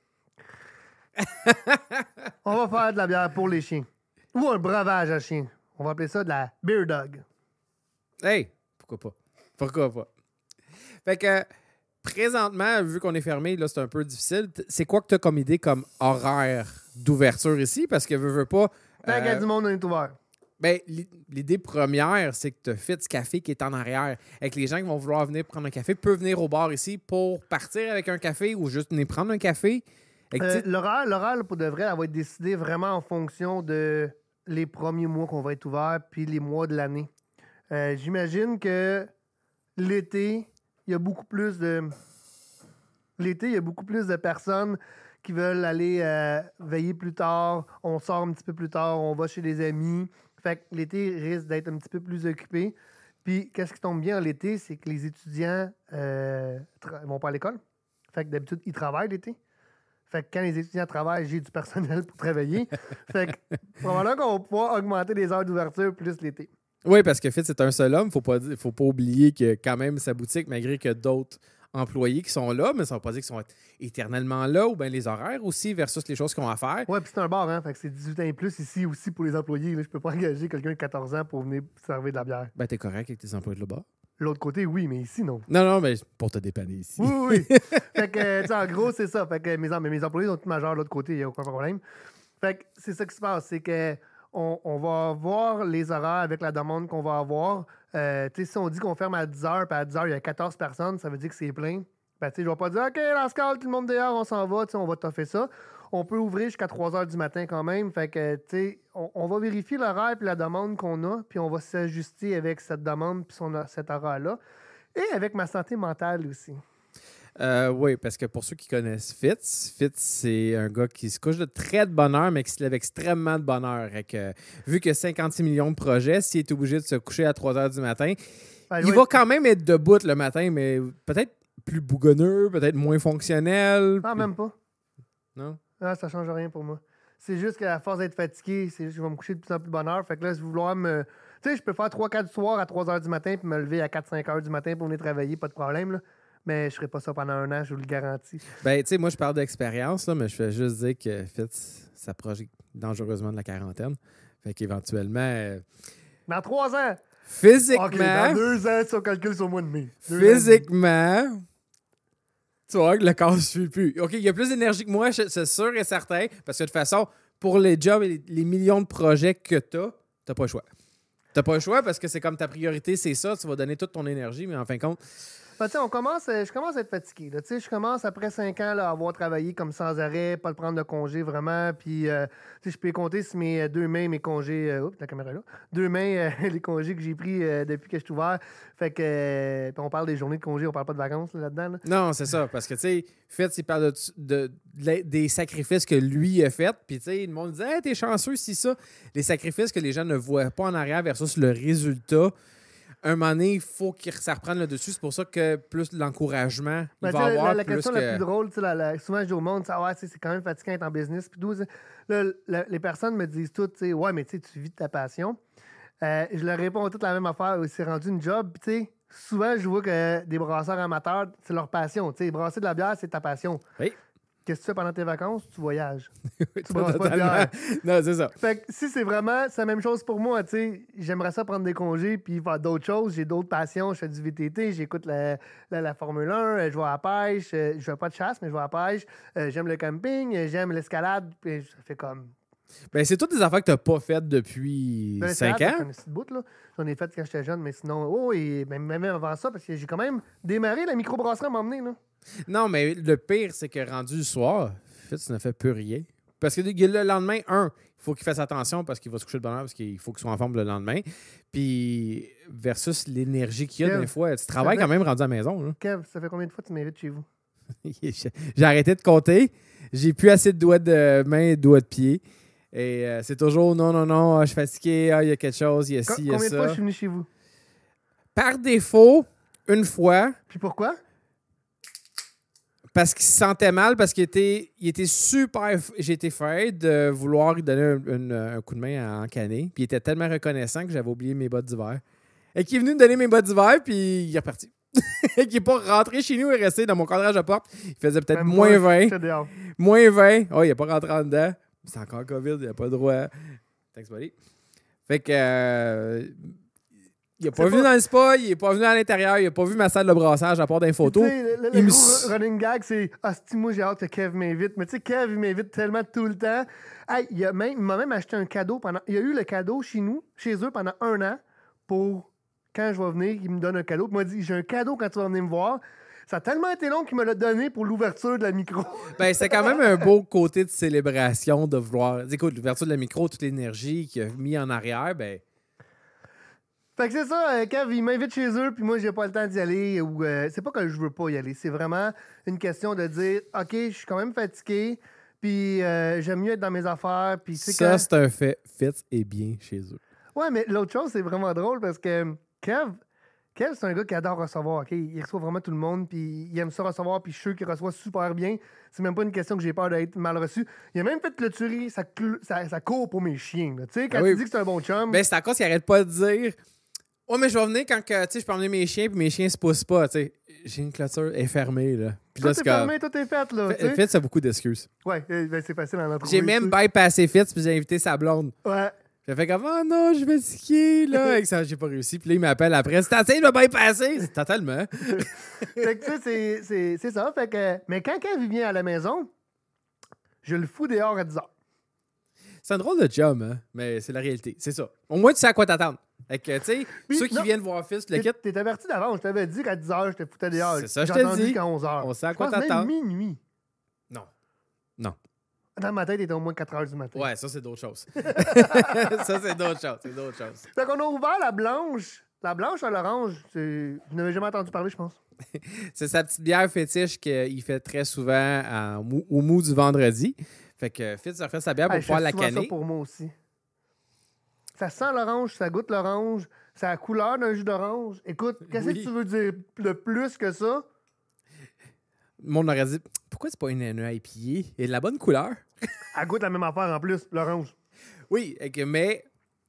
[SPEAKER 1] On va faire de la bière pour les chiens. Ou un breuvage à chien. On va appeler ça de la Beer Dog.
[SPEAKER 2] Hey, pourquoi pas? Pourquoi pas? Fait que, présentement, vu qu'on est fermé, là, c'est un peu difficile. T- C'est quoi que tu as comme idée comme horaire d'ouverture ici? Parce que, veux, veux pas...
[SPEAKER 1] Tant qu'il y a
[SPEAKER 2] euh,
[SPEAKER 1] du monde, on est ouvert.
[SPEAKER 2] ben, l'i- l'idée première, c'est que tu as Fitz Café qui est en arrière. Et que les gens qui vont vouloir venir prendre un café peuvent venir au bar ici pour partir avec un café ou juste venir prendre un café. Et que,
[SPEAKER 1] Euh,
[SPEAKER 2] tu sais,
[SPEAKER 1] L'horaire, l'horaire, là, pour de vrai, elle va être décidée vraiment en fonction de les premiers mois qu'on va être ouvert puis les mois de l'année. Euh, J'imagine que l'été, il y a beaucoup plus de... L'été, il y a beaucoup plus de personnes qui veulent aller euh, veiller plus tard. On sort un petit peu plus tard, on va chez des amis. Fait que l'été risque d'être un petit peu plus occupé. Puis, qu'est-ce qui tombe bien en l'été, c'est que les étudiants euh, tra- vont pas à l'école. Fait que d'habitude, ils travaillent l'été. Fait que quand les étudiants travaillent, j'ai du personnel pour travailler. Fait que probablement qu'on va pouvoir augmenter les heures d'ouverture plus l'été.
[SPEAKER 2] oui, parce que Fitz, c'est un seul homme. Faut pas, dire- faut pas oublier que quand même sa boutique, malgré qu'il y a d'autres employés qui sont là, mais ça ne veut pas dire qu'ils sont éternellement là, ou bien les horaires aussi versus les choses qu'ils ont à faire.
[SPEAKER 1] Ouais, puis c'est un bar, hein. Fait que c'est dix-huit ans et plus ici aussi pour les employés. Là. Je peux pas engager quelqu'un de quatorze ans pour venir servir de la bière.
[SPEAKER 2] Ben, t'es correct avec tes employés de là-bas.
[SPEAKER 1] L'autre côté, oui, mais ici, non.
[SPEAKER 2] Non, non, mais pour te dépanner ici.
[SPEAKER 1] Oui, oui, oui. Fait que, tu sais, en gros, c'est ça. Fait que mes, em- mais mes employés sont tous majeurs de l'autre côté, il n'y a aucun problème. Fait que c'est ça qui se passe, c'est que on, on va voir les horaires avec la demande qu'on va avoir. Euh, tu sais, si on dit qu'on ferme à dix heures, puis à dix heures, il y a quatorze personnes, ça veut dire que c'est plein. Ben, tu sais, je vais pas dire, OK, la scale, tout le monde dehors, on s'en va, tu sais, on va toffer ça. On peut ouvrir jusqu'à trois heures du matin quand même. Fait que, tu sais, on, on va vérifier l'horaire puis la demande qu'on a, puis on va s'ajuster avec cette demande puis son, cet horaire-là. Et avec ma santé mentale aussi.
[SPEAKER 2] Euh, oui, parce que pour ceux qui connaissent Fitz, Fitz, c'est un gars qui se couche de très de bonne heure, mais qui se lève extrêmement de bonne heure. Et que, vu qu'il y a cinquante-six millions de projets, s'il est obligé de se coucher à trois heures du matin,
[SPEAKER 1] Ben,
[SPEAKER 2] il
[SPEAKER 1] oui.
[SPEAKER 2] va quand même être debout le matin, mais peut-être plus bougonneux, peut-être moins fonctionnel.
[SPEAKER 1] Non, même pas.
[SPEAKER 2] Non?
[SPEAKER 1] Ah, ça change rien pour moi. C'est juste qu'à force d'être fatigué, c'est juste que je vais me coucher de plus en plus bonne heure. Fait que là, je vais vouloir me. Tu sais, je peux faire trois quatre du soir à trois heures du matin puis me lever à quatre cinq heures du matin pour venir travailler, pas de problème. Là. Mais je ferai pas ça pendant un an, je vous le garantis.
[SPEAKER 2] Ben, tu sais, moi, je parle d'expérience, là, mais je fais juste dire que Fitz s'approche dangereusement de la quarantaine. Fait qu'éventuellement, euh,
[SPEAKER 1] Dans trois ans!
[SPEAKER 2] physiquement,
[SPEAKER 1] OK, dans deux ans, si on calcule sur le mois de mai. Deux ans.
[SPEAKER 2] physiquement, tu vois que le corps ne suit plus. OK, il y a plus d'énergie que moi, c'est sûr et certain, parce que de toute façon, pour les jobs et les, les millions de projets que tu as, tu n'as pas le choix. Tu n'as pas le choix parce que c'est comme ta priorité, c'est ça, tu vas donner toute ton énergie, mais en fin de compte,
[SPEAKER 1] Ben, tu sais, on commence, euh, je commence à être fatigué. Là. Tu sais, je commence après cinq ans là, à avoir travaillé comme sans arrêt, pas le prendre de congé vraiment. Puis, euh, tu sais, je peux compter sur mes euh, deux mains mes congés. Euh, oups, la caméra est là. Deux mains euh, les congés que j'ai pris euh, depuis que je suis ouvert. Fait que, euh, puis on parle des journées de congé, on parle pas de vacances là, là-dedans. Là.
[SPEAKER 2] non, c'est ça, parce que, tu sais, Fitz, il parle de, de- de- des sacrifices que lui a fait, puis, tu sais, le monde dit « Hey, t'es chanceux, si ça. » Les sacrifices que les gens ne voient pas en arrière versus le résultat. Un moment donné, il faut que ça reprenne le dessus. C'est pour ça que plus l'encouragement, il
[SPEAKER 1] Ben,
[SPEAKER 2] va
[SPEAKER 1] tu sais,
[SPEAKER 2] avoir
[SPEAKER 1] la, la
[SPEAKER 2] plus
[SPEAKER 1] question
[SPEAKER 2] que...
[SPEAKER 1] la plus drôle, tu sais, la- la- souvent je dis au monde, ah ouais, tu sais, c'est quand même fatigant d'être en business. Puis d'où- là, la- les personnes me disent toutes, tu sais, ouais, mais tu sais, tu vis de ta passion. Euh, je leur réponds toute la même affaire. C'est rendu une job. Puis, tu sais, souvent, je vois que des brasseurs amateurs, c'est leur passion. Tu sais, brasser de la bière, c'est ta passion.
[SPEAKER 2] Oui.
[SPEAKER 1] Qu'est-ce que tu fais pendant tes vacances? Tu voyages.
[SPEAKER 2] Oui,
[SPEAKER 1] Tu brasses pas de bière.
[SPEAKER 2] Non, c'est ça.
[SPEAKER 1] Fait que si c'est vraiment, c'est la même chose pour moi, tu sais. J'aimerais ça prendre des congés puis faire d'autres choses. J'ai d'autres passions. Je fais du V T T, j'écoute la, la, la Formule un, euh, je vais à la pêche. euh, Je fais pas de chasse, mais je vais à la pêche. Euh, j'aime le camping, euh, j'aime l'escalade. Puis ça fait comme.
[SPEAKER 2] Ben, c'est toutes des affaires que tu n'as pas faites depuis
[SPEAKER 1] Ben,
[SPEAKER 2] cinq
[SPEAKER 1] l'escalade, ça
[SPEAKER 2] ans.
[SPEAKER 1] fait un petit bout, là. J'en ai fait quand j'étais jeune, mais sinon, oh, et même, même avant ça, parce que j'ai quand même démarré la microbrasserie à m'emmener, là.
[SPEAKER 2] Non, mais le pire, c'est que rendu le soir, Fitz ne fait plus rien. Parce que le lendemain, un, il faut qu'il fasse attention parce qu'il va se coucher de bonne heure parce qu'il faut qu'il soit en forme le lendemain. Puis, versus l'énergie qu'il y a
[SPEAKER 1] Kev,
[SPEAKER 2] des fois. Tu travailles
[SPEAKER 1] fait-
[SPEAKER 2] quand même rendu à la maison. Là.
[SPEAKER 1] Kev, ça fait combien de fois que tu m'invites chez vous?
[SPEAKER 2] J'ai arrêté de compter. J'ai plus assez de doigts de main et de doigts de pied. Et euh, c'est toujours non, non, non, ah, je suis fatigué, ah, il y a quelque chose, il y a
[SPEAKER 1] Co-
[SPEAKER 2] ci, il y a
[SPEAKER 1] combien de fois je
[SPEAKER 2] ça.
[SPEAKER 1] suis venu chez vous?
[SPEAKER 2] Par défaut, une fois,
[SPEAKER 1] Puis pourquoi?
[SPEAKER 2] parce qu'il se sentait mal, parce qu'il était, il était super. J'ai été fait de vouloir lui donner un, un- un coup de main à encanner. Puis il était tellement reconnaissant que j'avais oublié mes bottes d'hiver. Et qu'il est venu me donner mes bottes d'hiver, puis il est reparti. Et qu'il n'est pas rentré chez nous et resté dans mon cadrage de porte. Il faisait peut-être
[SPEAKER 1] Même
[SPEAKER 2] moins
[SPEAKER 1] moi,
[SPEAKER 2] vingt.
[SPEAKER 1] j'étais dehors.
[SPEAKER 2] Moins vingt. Oh, il n'est pas rentré en dedans. C'est encore COVID, il n'a pas le droit. Thanks, buddy. Fait que. euh, il n'a pas
[SPEAKER 1] C'est
[SPEAKER 2] venu
[SPEAKER 1] pas-
[SPEAKER 2] dans le spa, il n'est pas venu à l'intérieur, il n'a pas vu ma salle de brassage à part d'un photo.
[SPEAKER 1] Tu sais, le, le-
[SPEAKER 2] il
[SPEAKER 1] le
[SPEAKER 2] me
[SPEAKER 1] gros
[SPEAKER 2] s-
[SPEAKER 1] running gag, c'est « Ah, si moi, j'ai hâte que Kev m'invite. » Mais tu sais, Kev, il m'invite tellement tout le temps. Hey, il, a même, il m'a même acheté un cadeau pendant... Il a eu le cadeau chez nous, chez eux, pendant un an pour... Quand je vais venir, il me donne un cadeau. Il m'a dit « J'ai un cadeau quand tu vas venir me voir. » Ça a tellement été long qu'il me l'a donné pour l'ouverture de la micro.
[SPEAKER 2] Ben, c'est quand même un beau côté de célébration de vouloir. Écoute, l'ouverture de la micro, toute l'énergie qu'il a mis en arrière, ben.
[SPEAKER 1] Fait que c'est ça, euh, Kev, il m'invite chez eux, puis moi, j'ai pas le temps d'y aller. Ou euh, c'est pas que je veux pas y aller, c'est vraiment une question de dire, OK, je suis quand même fatigué, puis euh, j'aime mieux être dans mes affaires, puis tu sais
[SPEAKER 2] Ça,
[SPEAKER 1] quand-
[SPEAKER 2] c'est un fait. Fitz est bien chez eux.
[SPEAKER 1] Ouais, mais l'autre chose, c'est vraiment drôle parce que Kev, Kev, c'est un gars qui adore recevoir, OK? Il reçoit vraiment tout le monde, puis il aime ça recevoir, puis je suis sûr qu'il reçoit super bien. C'est même pas une question que j'ai peur d'être mal reçu. Il a même fait clôturer sa, cl- sa, sa cour pour mes chiens, là. Tu sais, quand
[SPEAKER 2] Ah oui.
[SPEAKER 1] tu dis que c'est un bon chum...
[SPEAKER 2] Ben, c'est à cause qu'il arrête pas de dire. Oh, mais je vais venir quand que, tu sais, je peux emmener mes chiens, puis mes chiens se poussent pas, tu sais. J'ai une clôture, elle est fermée, là. Puis
[SPEAKER 1] tout
[SPEAKER 2] là,
[SPEAKER 1] est
[SPEAKER 2] c'est comme.
[SPEAKER 1] fermé, tout est fait, là. tu sais.
[SPEAKER 2] Fitz a beaucoup d'excuses.
[SPEAKER 1] Ouais, euh, ben, c'est facile en en trouver.
[SPEAKER 2] J'ai même
[SPEAKER 1] tu sais.
[SPEAKER 2] bypassé Fitz, puis j'ai invité sa blonde.
[SPEAKER 1] Ouais.
[SPEAKER 2] J'ai fait comme, oh non, je vais skier, là. Et ça, j'ai pas réussi. Puis là, il m'appelle après. C'est assez, de bypasser. C'est totalement.
[SPEAKER 1] Fait que, tu sais, c'est- c'est c'est ça. Fait que, mais quand Kev vient à la maison, je le fous dehors à dix heures.
[SPEAKER 2] C'est un drôle de job, hein. Mais c'est la réalité. C'est ça. Au moins, tu sais à quoi t'attendre. Fait que, tu sais,
[SPEAKER 1] Puis,
[SPEAKER 2] ceux qui
[SPEAKER 1] non.
[SPEAKER 2] viennent voir Fitz, le
[SPEAKER 1] T'es
[SPEAKER 2] kit,
[SPEAKER 1] t'es averti d'avance. Je t'avais dit qu'à dix heures, je te foutais dehors.
[SPEAKER 2] C'est ça, je
[SPEAKER 1] J'ai
[SPEAKER 2] te
[SPEAKER 1] entendu
[SPEAKER 2] dis.
[SPEAKER 1] jusqu'à onze heures.
[SPEAKER 2] on sait à
[SPEAKER 1] Je
[SPEAKER 2] quoi
[SPEAKER 1] pense même
[SPEAKER 2] t'attendre.
[SPEAKER 1] minuit.
[SPEAKER 2] Non. Non.
[SPEAKER 1] Dans ma tête, il était au moins quatre heures du matin.
[SPEAKER 2] Ouais, ça, c'est d'autres choses. Ça, c'est d'autres choses. C'est d'autres choses.
[SPEAKER 1] Fait qu'on a ouvert la blanche La blanche à l'orange, c'est... vous n'avez jamais entendu parler, je pense.
[SPEAKER 2] C'est sa petite bière fétiche qu'il fait très souvent en mou- au mou du vendredi. Fait que Fitz a fait sa bière pour
[SPEAKER 1] Hey, je
[SPEAKER 2] pouvoir
[SPEAKER 1] fais
[SPEAKER 2] la
[SPEAKER 1] souvent
[SPEAKER 2] canner.
[SPEAKER 1] ça pour moi aussi. Ça sent l'orange, ça goûte l'orange, ça a la couleur d'un jus d'orange. Écoute, qu'est-ce
[SPEAKER 2] Oui.
[SPEAKER 1] que tu veux dire de plus que ça?
[SPEAKER 2] Le monde aurait dit pourquoi c'est pas une N E I P A? Il a de la bonne couleur.
[SPEAKER 1] Elle goûte la même affaire en plus, l'orange.
[SPEAKER 2] Oui, et que- mais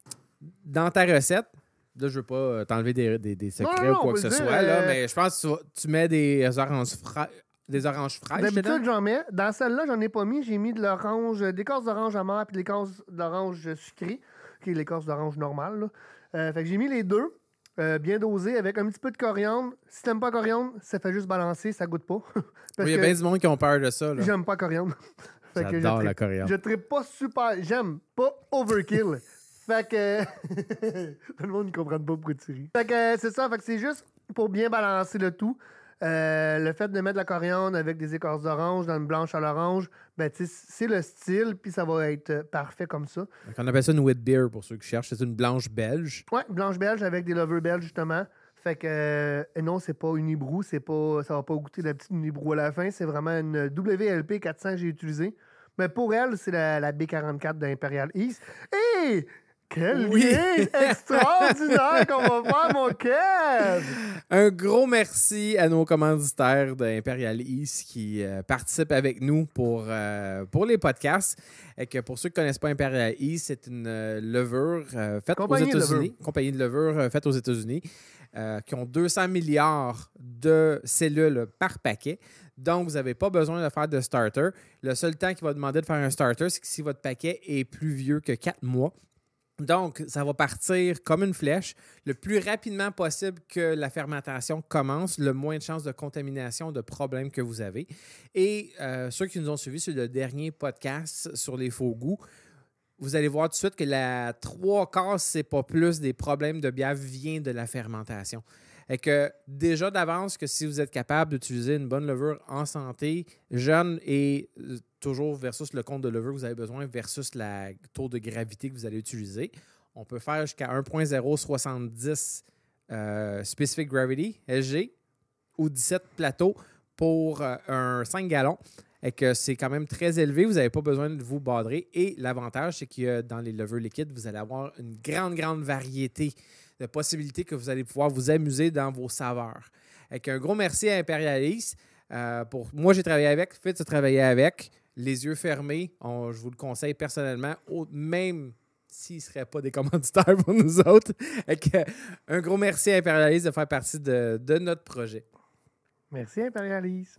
[SPEAKER 2] dans ta recette, là, je veux pas euh, t'enlever des, des, des secrets
[SPEAKER 1] Non, non,
[SPEAKER 2] ou quoi
[SPEAKER 1] on
[SPEAKER 2] que
[SPEAKER 1] peut
[SPEAKER 2] ce
[SPEAKER 1] le
[SPEAKER 2] soit,
[SPEAKER 1] dire,
[SPEAKER 2] là,
[SPEAKER 1] euh,
[SPEAKER 2] mais je pense que tu, vas- tu mets des oranges, fra- des oranges fraîches dedans.
[SPEAKER 1] D'habitude, j'en mets. Dans celle-là, j'en ai pas mis. J'ai mis de l'orange, euh, de l'écorce d'orange amère puis de l'écorce d'orange sucrée, qui est l'écorce d'orange normale. Là. Euh, fait que j'ai mis les deux, euh, bien dosés, avec un petit peu de coriandre. Si t'aimes pas coriandre, ça fait juste balancer, ça goûte pas. Parce
[SPEAKER 2] Oui, il y a
[SPEAKER 1] que
[SPEAKER 2] bien du monde qui ont peur de ça. Là.
[SPEAKER 1] j'aime pas coriandre. Fait que je
[SPEAKER 2] J'adore
[SPEAKER 1] trippe-
[SPEAKER 2] la coriandre.
[SPEAKER 1] Je trippe pas super. J'aime pas overkill. Fait que. Tout le monde ne comprend pas pourquoi tu ris. Fait que euh, c'est ça. Fait que c'est juste pour bien balancer le tout. Euh, le fait de mettre de la coriandre avec des écorces d'orange dans une blanche à l'orange, ben, tu sais, c'est le style, puis ça va être euh, parfait comme ça.
[SPEAKER 2] Donc, on appelle ça une wheat beer pour ceux qui cherchent. C'est une blanche belge.
[SPEAKER 1] Ouais, blanche belge avec des lovers belges, justement. Fait que, euh, et non, c'est pas une Unibrou, c'est pas, ça va pas goûter la petite Unibrou à la fin. C'est vraiment une W L P quatre cents que j'ai utilisée. Mais pour elle, c'est la, la B quarante-quatre d'Imperial East. Et quel
[SPEAKER 2] Oui.
[SPEAKER 1] lien extraordinaire qu'on va faire, mon Kev!
[SPEAKER 2] Un gros merci à nos commanditaires d'Imperial East qui euh, participent avec nous pour, euh, pour les podcasts. Et que pour ceux qui ne connaissent pas Imperial East, c'est une euh, levure euh, faite
[SPEAKER 1] Compagnie de
[SPEAKER 2] aux États-Unis.
[SPEAKER 1] levure.
[SPEAKER 2] Compagnie de levure euh, faite aux États-Unis. Euh, qui ont deux cents milliards de cellules par paquet. Donc, vous n'avez pas besoin de faire de starter. Le seul temps qu'il va demander de faire un starter, c'est que si votre paquet est plus vieux que quatre mois. Donc, ça va partir comme une flèche le plus rapidement possible que la fermentation commence, le moins de chances de contamination, de problèmes que vous avez. Et euh, ceux qui nous ont suivis sur le dernier podcast sur les faux goûts, vous allez voir tout de suite que la trois quarts, c'est pas plus des problèmes de bière vient de la fermentation. Et que déjà d'avance, que si vous êtes capable d'utiliser une bonne levure en santé, jeune et euh, toujours versus le compte de levure que vous avez besoin versus le taux de gravité que vous allez utiliser, on peut faire jusqu'à un virgule zéro soixante-dix euh, Specific Gravity, S G, ou dix-sept plateaux pour euh, un cinq gallons. Et que c'est quand même très élevé, vous n'avez pas besoin de vous badrer. Et l'avantage, c'est que dans les levures liquides, vous allez avoir une grande, grande variété de possibilités que vous allez pouvoir vous amuser dans vos saveurs. Avec un gros merci à Imperial East. Euh, pour, moi, j'ai travaillé avec, Fitz a travaillé avec, les yeux fermés. On, je vous le conseille personnellement, au, même s'ils ne seraient pas des commanditaires pour nous autres. Avec, euh, un gros merci à Imperial East de faire partie de, de notre projet.
[SPEAKER 1] Merci, Imperialis.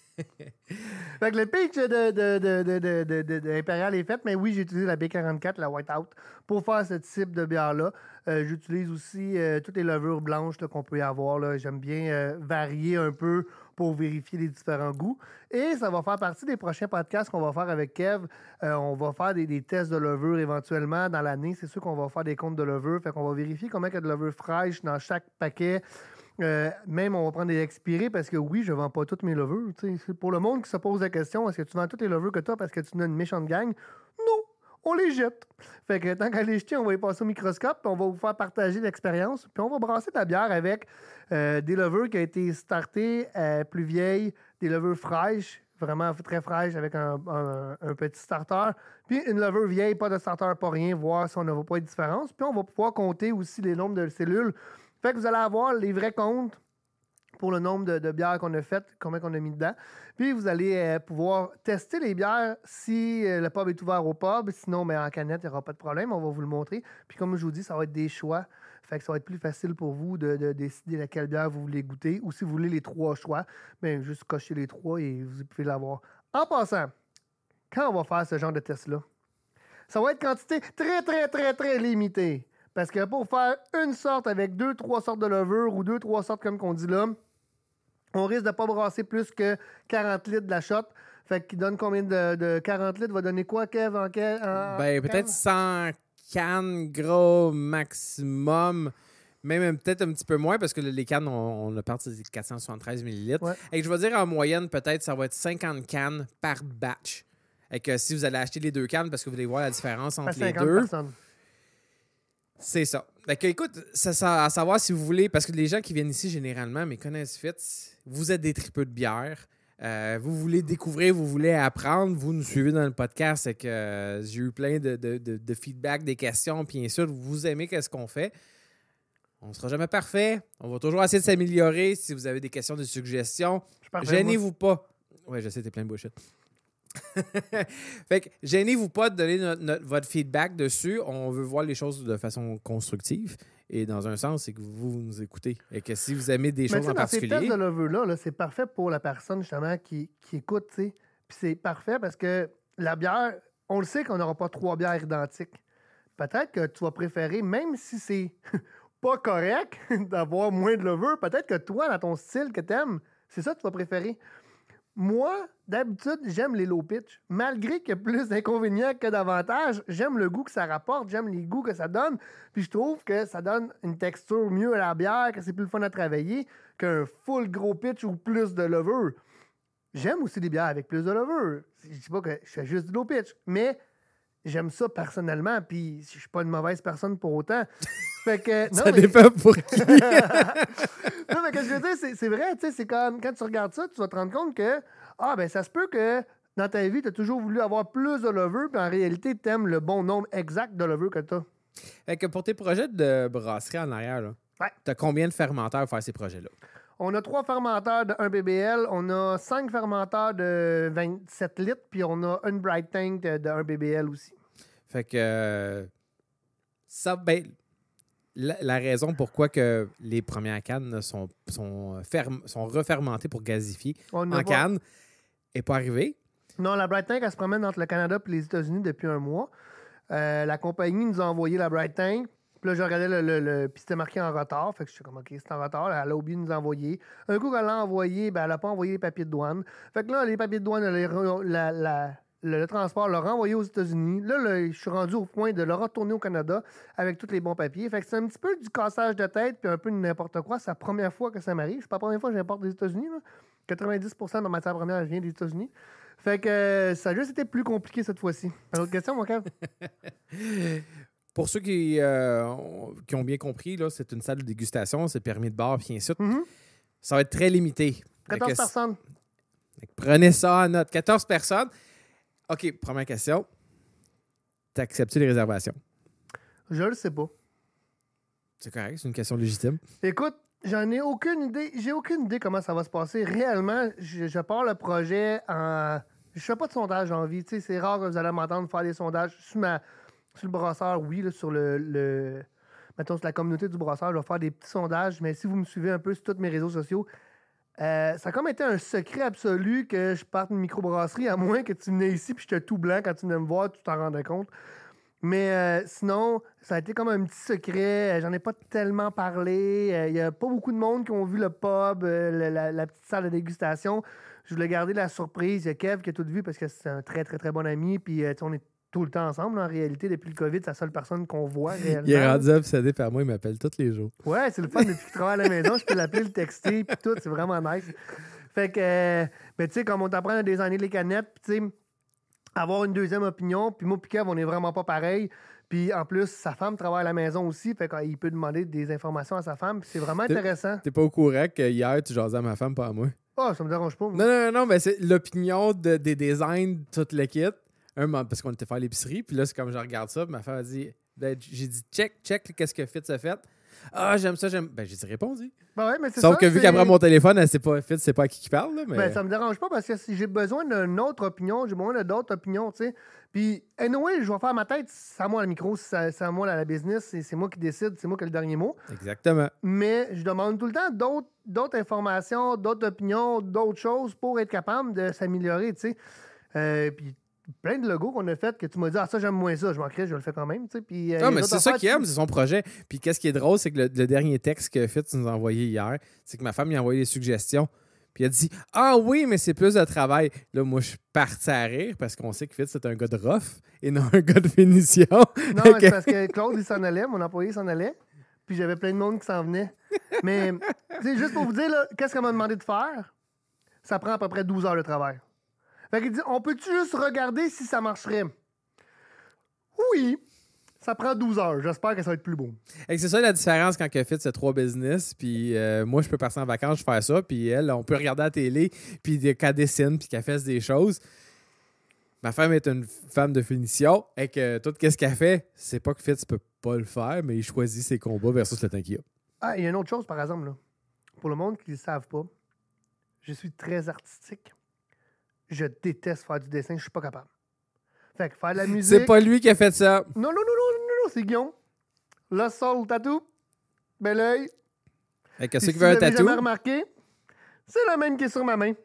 [SPEAKER 1] Fait que le pitch de, de, de, de, de, de, de, de Imperial est fait, mais oui, j'ai utilisé la B quarante-quatre, la Whiteout, pour faire ce type de bière-là. Euh, j'utilise aussi euh, toutes les levures blanches là, qu'on peut y avoir. Là. J'aime bien euh, varier un peu pour vérifier les différents goûts. Et ça va faire partie des prochains podcasts qu'on va faire avec Kev. Euh, on va faire des, des tests de levure éventuellement dans l'année. C'est sûr qu'on va faire des comptes de levure. Fait qu'on va vérifier combien il y a de levure fraîche dans chaque paquet. Euh, même, on va prendre des expirés parce que oui, je ne vends pas toutes mes levures. T'sais. C'est pour le monde qui se pose la question, est-ce que tu vends toutes les levures que tu as parce que tu as une méchante gang? Non, on les jette. Fait que tant qu'à les jeter, on va les passer au microscope, puis on va vous faire partager l'expérience, puis on va brasser de la bière avec euh, des levures qui ont été startées euh, plus vieilles, des levures fraîches, vraiment très fraîches avec un, un, un petit starter, puis une levure vieille, pas de starter, pas rien, voir si on ne voit pas de différence. Puis on va pouvoir compter aussi les nombres de cellules. Fait que vous allez avoir les vrais comptes pour le nombre de, de bières qu'on a faites, combien qu'on a mis dedans. Puis vous allez euh, pouvoir tester les bières si euh, le pub est ouvert au pub. Sinon, ben, en canette, il n'y aura pas de problème. On va vous le montrer. Puis comme je vous dis, ça va être des choix. Fait que ça va être plus facile pour vous de, de décider laquelle bière vous voulez goûter. Ou si vous voulez les trois choix, bien, juste cocher les trois et vous pouvez l'avoir. En passant, quand on va faire ce genre de test-là, ça va être quantité très, très, très, très limitée. Parce que pour faire une sorte avec deux, trois sortes de levure ou deux, trois sortes comme qu'on dit là, on risque de ne pas brasser plus que quarante litres de la shot. Fait qu'il donne combien de, de quarante litres? Va donner quoi, Kev? En, quel, en
[SPEAKER 2] Ben, peut-être cent cannes gros maximum. Même peut-être un petit peu moins parce que les cannes, on, on a parti de quatre cent soixante-treize millilitres.
[SPEAKER 1] Ouais.
[SPEAKER 2] Et je vais dire en moyenne, peut-être, ça va être cinquante cannes par batch. Et que si vous allez acheter les deux cannes parce que vous voulez voir la différence entre les deux.
[SPEAKER 1] Personnes.
[SPEAKER 2] C'est ça. Fait que, écoute, ça, ça, à savoir si vous voulez, parce que les gens qui viennent ici généralement, mais connaissent Fitz, vous êtes des tripeux de bière. Euh, vous voulez découvrir, vous voulez apprendre, vous nous suivez dans le podcast, c'est que euh, j'ai eu plein de, de, de, de feedback, des questions, puis bien sûr, vous aimez qu'est-ce qu'on fait. On ne sera jamais parfait. On va toujours essayer de s'améliorer. Si vous avez des questions, des suggestions, gênez-vous pas. Oui, je sais, t'es plein de bullshit. Fait que gênez-vous pas de donner notre, notre, votre feedback dessus. On veut voir les choses de façon constructive. Et dans un sens, c'est que vous, vous nous écoutez. Et que si vous aimez des
[SPEAKER 1] Mais
[SPEAKER 2] choses en
[SPEAKER 1] dans
[SPEAKER 2] particulier...
[SPEAKER 1] ces tests de levure-là, -là, c'est parfait pour la personne, justement, qui, qui écoute, tu sais. Puis c'est parfait parce que la bière, on le sait qu'on n'aura pas trois bières identiques. Peut-être que tu vas préférer, même si c'est pas correct d'avoir moins de levure, peut-être que toi, dans ton style que t'aimes, c'est ça que tu vas préférer. Moi, d'habitude, j'aime les low pitch. Malgré qu'il y a plus d'inconvénients que d'avantages, j'aime le goût que ça rapporte, j'aime les goûts que ça donne. Puis je trouve que ça donne une texture mieux à la bière, que c'est plus le fun à travailler qu'un full gros pitch ou plus de levure. J'aime aussi des bières avec plus de levure. Je dis pas que je fais juste du low pitch, mais j'aime ça personnellement, puis je suis pas une mauvaise personne pour autant. Fait que, non,
[SPEAKER 2] ça
[SPEAKER 1] mais...
[SPEAKER 2] dépend pour qui.
[SPEAKER 1] non, mais que je veux dire, c'est, c'est vrai, tu sais, c'est comme quand tu regardes ça, tu vas te rendre compte que, ah, ben, ça se peut que dans ta vie, tu as toujours voulu avoir plus de levure, puis en réalité, tu aimes le bon nombre exact de levure que tu as.
[SPEAKER 2] Fait que pour tes projets de brasserie en arrière, là,
[SPEAKER 1] ouais.
[SPEAKER 2] tu as combien de fermenteurs pour faire ces projets-là?
[SPEAKER 1] On a trois fermenteurs de un B B L, on a cinq fermenteurs de vingt-sept litres, puis on a une Bright Tank de, de un B B L aussi.
[SPEAKER 2] Fait que euh, ça, ben, la, la raison pourquoi que les premières cannes sont, sont, ferme, sont refermentées pour gazifier
[SPEAKER 1] on
[SPEAKER 2] en
[SPEAKER 1] pas...
[SPEAKER 2] canne n'est pas arrivée.
[SPEAKER 1] Non, la Bright Tank, elle se promène entre le Canada et les États-Unis depuis un mois. Euh, la compagnie nous a envoyé la Bright Tank. Puis là, je regardais le, le, le puis c'était marqué en retard. Fait que je suis comme, OK, c'est en retard. Elle a oublié de nous envoyer. Un coup qu'elle l'a envoyé, ben, elle n'a pas envoyé les papiers de douane. Fait que là, les papiers de douane, elle, la, la, le, le transport l'a renvoyé aux États-Unis. Là, là, je suis rendu au point de le retourner au Canada avec tous les bons papiers. Fait que c'est un petit peu du cassage de tête puis un peu de n'importe quoi. C'est la première fois que ça m'arrive. C'est pas la première fois que j'importe des États-Unis. Là. quatre-vingt-dix pour cent de ma matière première vient des États-Unis. Fait que euh, ça a juste été plus compliqué cette fois-ci. Une autre question, mon Kev?
[SPEAKER 2] Pour ceux qui, euh, ont, qui ont bien compris, là, c'est une salle de dégustation, c'est permis de bar, puis ainsi de suite.
[SPEAKER 1] Mm-hmm.
[SPEAKER 2] Ça va être très limité.
[SPEAKER 1] quatorze
[SPEAKER 2] que,
[SPEAKER 1] personnes.
[SPEAKER 2] Prenez ça en note. quatorze personnes. OK, première question. T'acceptes-tu les réservations?
[SPEAKER 1] Je le sais pas.
[SPEAKER 2] C'est correct, c'est une question légitime.
[SPEAKER 1] Écoute, j'en ai aucune idée. J'ai aucune idée comment ça va se passer. Réellement, je, je pars le projet en... Je fais pas de sondage en vie. Tu sais, c'est rare que vous allez m'entendre faire des sondages sur ma... Sur le brasseur, oui, là, sur le, le... Mettons, sur la communauté du brasseur, je vais faire des petits sondages, mais si vous me suivez un peu sur tous mes réseaux sociaux, euh, ça a comme été un secret absolu que je parte une microbrasserie, à moins que tu venais ici puis j'étais tout blanc quand tu venais me voir, tu t'en rendais compte. Mais euh, sinon, ça a été comme un petit secret. J'en ai pas tellement parlé. Il euh, n'y a pas beaucoup de monde qui ont vu le pub, euh, la, la, la petite salle de dégustation. Je voulais garder la surprise. Il y a Kev qui a tout vu parce que c'est un très, très, très bon ami. Puis euh, on est tout le temps ensemble, en réalité. Depuis le COVID, c'est la seule personne qu'on voit réellement.
[SPEAKER 2] Il est rendu obsédé par moi, il m'appelle tous les jours.
[SPEAKER 1] Ouais, c'est le fun. Depuis qu'il travaille à la maison, je peux l'appeler, le texter, puis tout. C'est vraiment nice. Fait que, euh, mais tu sais, comme on t'apprend à désigner les canettes, tu sais, avoir une deuxième opinion, puis moi, puis Kev, on est vraiment pas pareil. Puis en plus, sa femme travaille à la maison aussi, fait qu'il peut demander des informations à sa femme, puis c'est vraiment
[SPEAKER 2] T'es,
[SPEAKER 1] intéressant.
[SPEAKER 2] T'es pas au courant que hier, tu jasais à ma femme, pas à moi?
[SPEAKER 1] Ah, oh, ça me dérange pas. Moi.
[SPEAKER 2] Non, non, non, mais c'est l'opinion de, des designs, toute l'équipe. Un, parce qu'on était faire l'épicerie, puis là, c'est comme je regarde ça, puis ma femme a dit, ben, j'ai dit, check, check, qu'est-ce que Fitz a fait? Ah, j'aime ça, j'aime. Ben, j'ai dit, répondu.
[SPEAKER 1] Ben ouais, mais c'est
[SPEAKER 2] Sauf
[SPEAKER 1] ça,
[SPEAKER 2] que vu
[SPEAKER 1] c'est...
[SPEAKER 2] qu'elle prend mon téléphone, elle sait pas, Fitz, c'est pas à qui qui parle, là, mais.
[SPEAKER 1] Ben, ça me dérange pas parce que si j'ai besoin d'une autre opinion, j'ai besoin d'autres opinions, tu sais. Puis, anyway, je vais faire ma tête, c'est à moi le micro, c'est à moi la business, c'est, c'est moi qui décide, c'est moi qui ai le dernier mot.
[SPEAKER 2] Exactement.
[SPEAKER 1] Mais je demande tout le temps d'autres, d'autres informations, d'autres opinions, d'autres choses pour être capable de s'améliorer, tu sais. Euh, puis, plein de logos qu'on a fait que tu m'as dit, ah, ça, j'aime moins ça, je m'en crée, je le fais quand même, tu sais. Puis, euh,
[SPEAKER 2] non, mais c'est ça
[SPEAKER 1] affaires,
[SPEAKER 2] qu'il
[SPEAKER 1] tu...
[SPEAKER 2] aime, c'est son projet. Puis, qu'est-ce qui est drôle, c'est que le, le dernier texte que Fitz nous a envoyé hier, c'est que ma femme lui a envoyé des suggestions. Puis, elle a dit, ah oui, mais c'est plus de travail. Là, moi, je suis parti à rire parce qu'on sait que Fitz, c'est un gars de rough et non un gars de finition.
[SPEAKER 1] Non, mais c'est parce que Claude, il s'en allait, mon employé s'en allait. Puis, j'avais plein de monde qui s'en venait. Mais, tu sais, juste pour vous dire, là, qu'est-ce qu'elle m'a demandé de faire? Ça prend à peu près douze heures de travail. Fait qu'il dit, on peut-tu juste regarder si ça marcherait? Oui, Ça prend douze heures. J'espère que ça va être plus beau.
[SPEAKER 2] Et c'est ça la différence quand elle fait ces trois business. Puis euh, moi, je peux partir en vacances, je fais ça. Puis elle, on peut regarder la télé, puis qu'elle dessine, puis qu'elle fasse des choses. Ma femme est une femme de finition et que tout ce qu'elle fait, c'est pas que Fitz peut pas le faire, mais il choisit ses combats versus le temps qu'il a.
[SPEAKER 1] Ah, il y a une autre chose, par exemple. Là. Pour le monde qui ne le savent pas, je suis très artistique. Je déteste faire du dessin, je suis pas capable. Fait que faire de la musique...
[SPEAKER 2] C'est pas lui qui a fait ça.
[SPEAKER 1] Non, non, non, non, non, non, c'est Guillaume. Le sol, tatou, bel oeil.
[SPEAKER 2] Fait que
[SPEAKER 1] Puis
[SPEAKER 2] ceux
[SPEAKER 1] si
[SPEAKER 2] qui veulent un
[SPEAKER 1] vous avez
[SPEAKER 2] tatou...
[SPEAKER 1] jamais remarqué, c'est le même qui est sur ma main.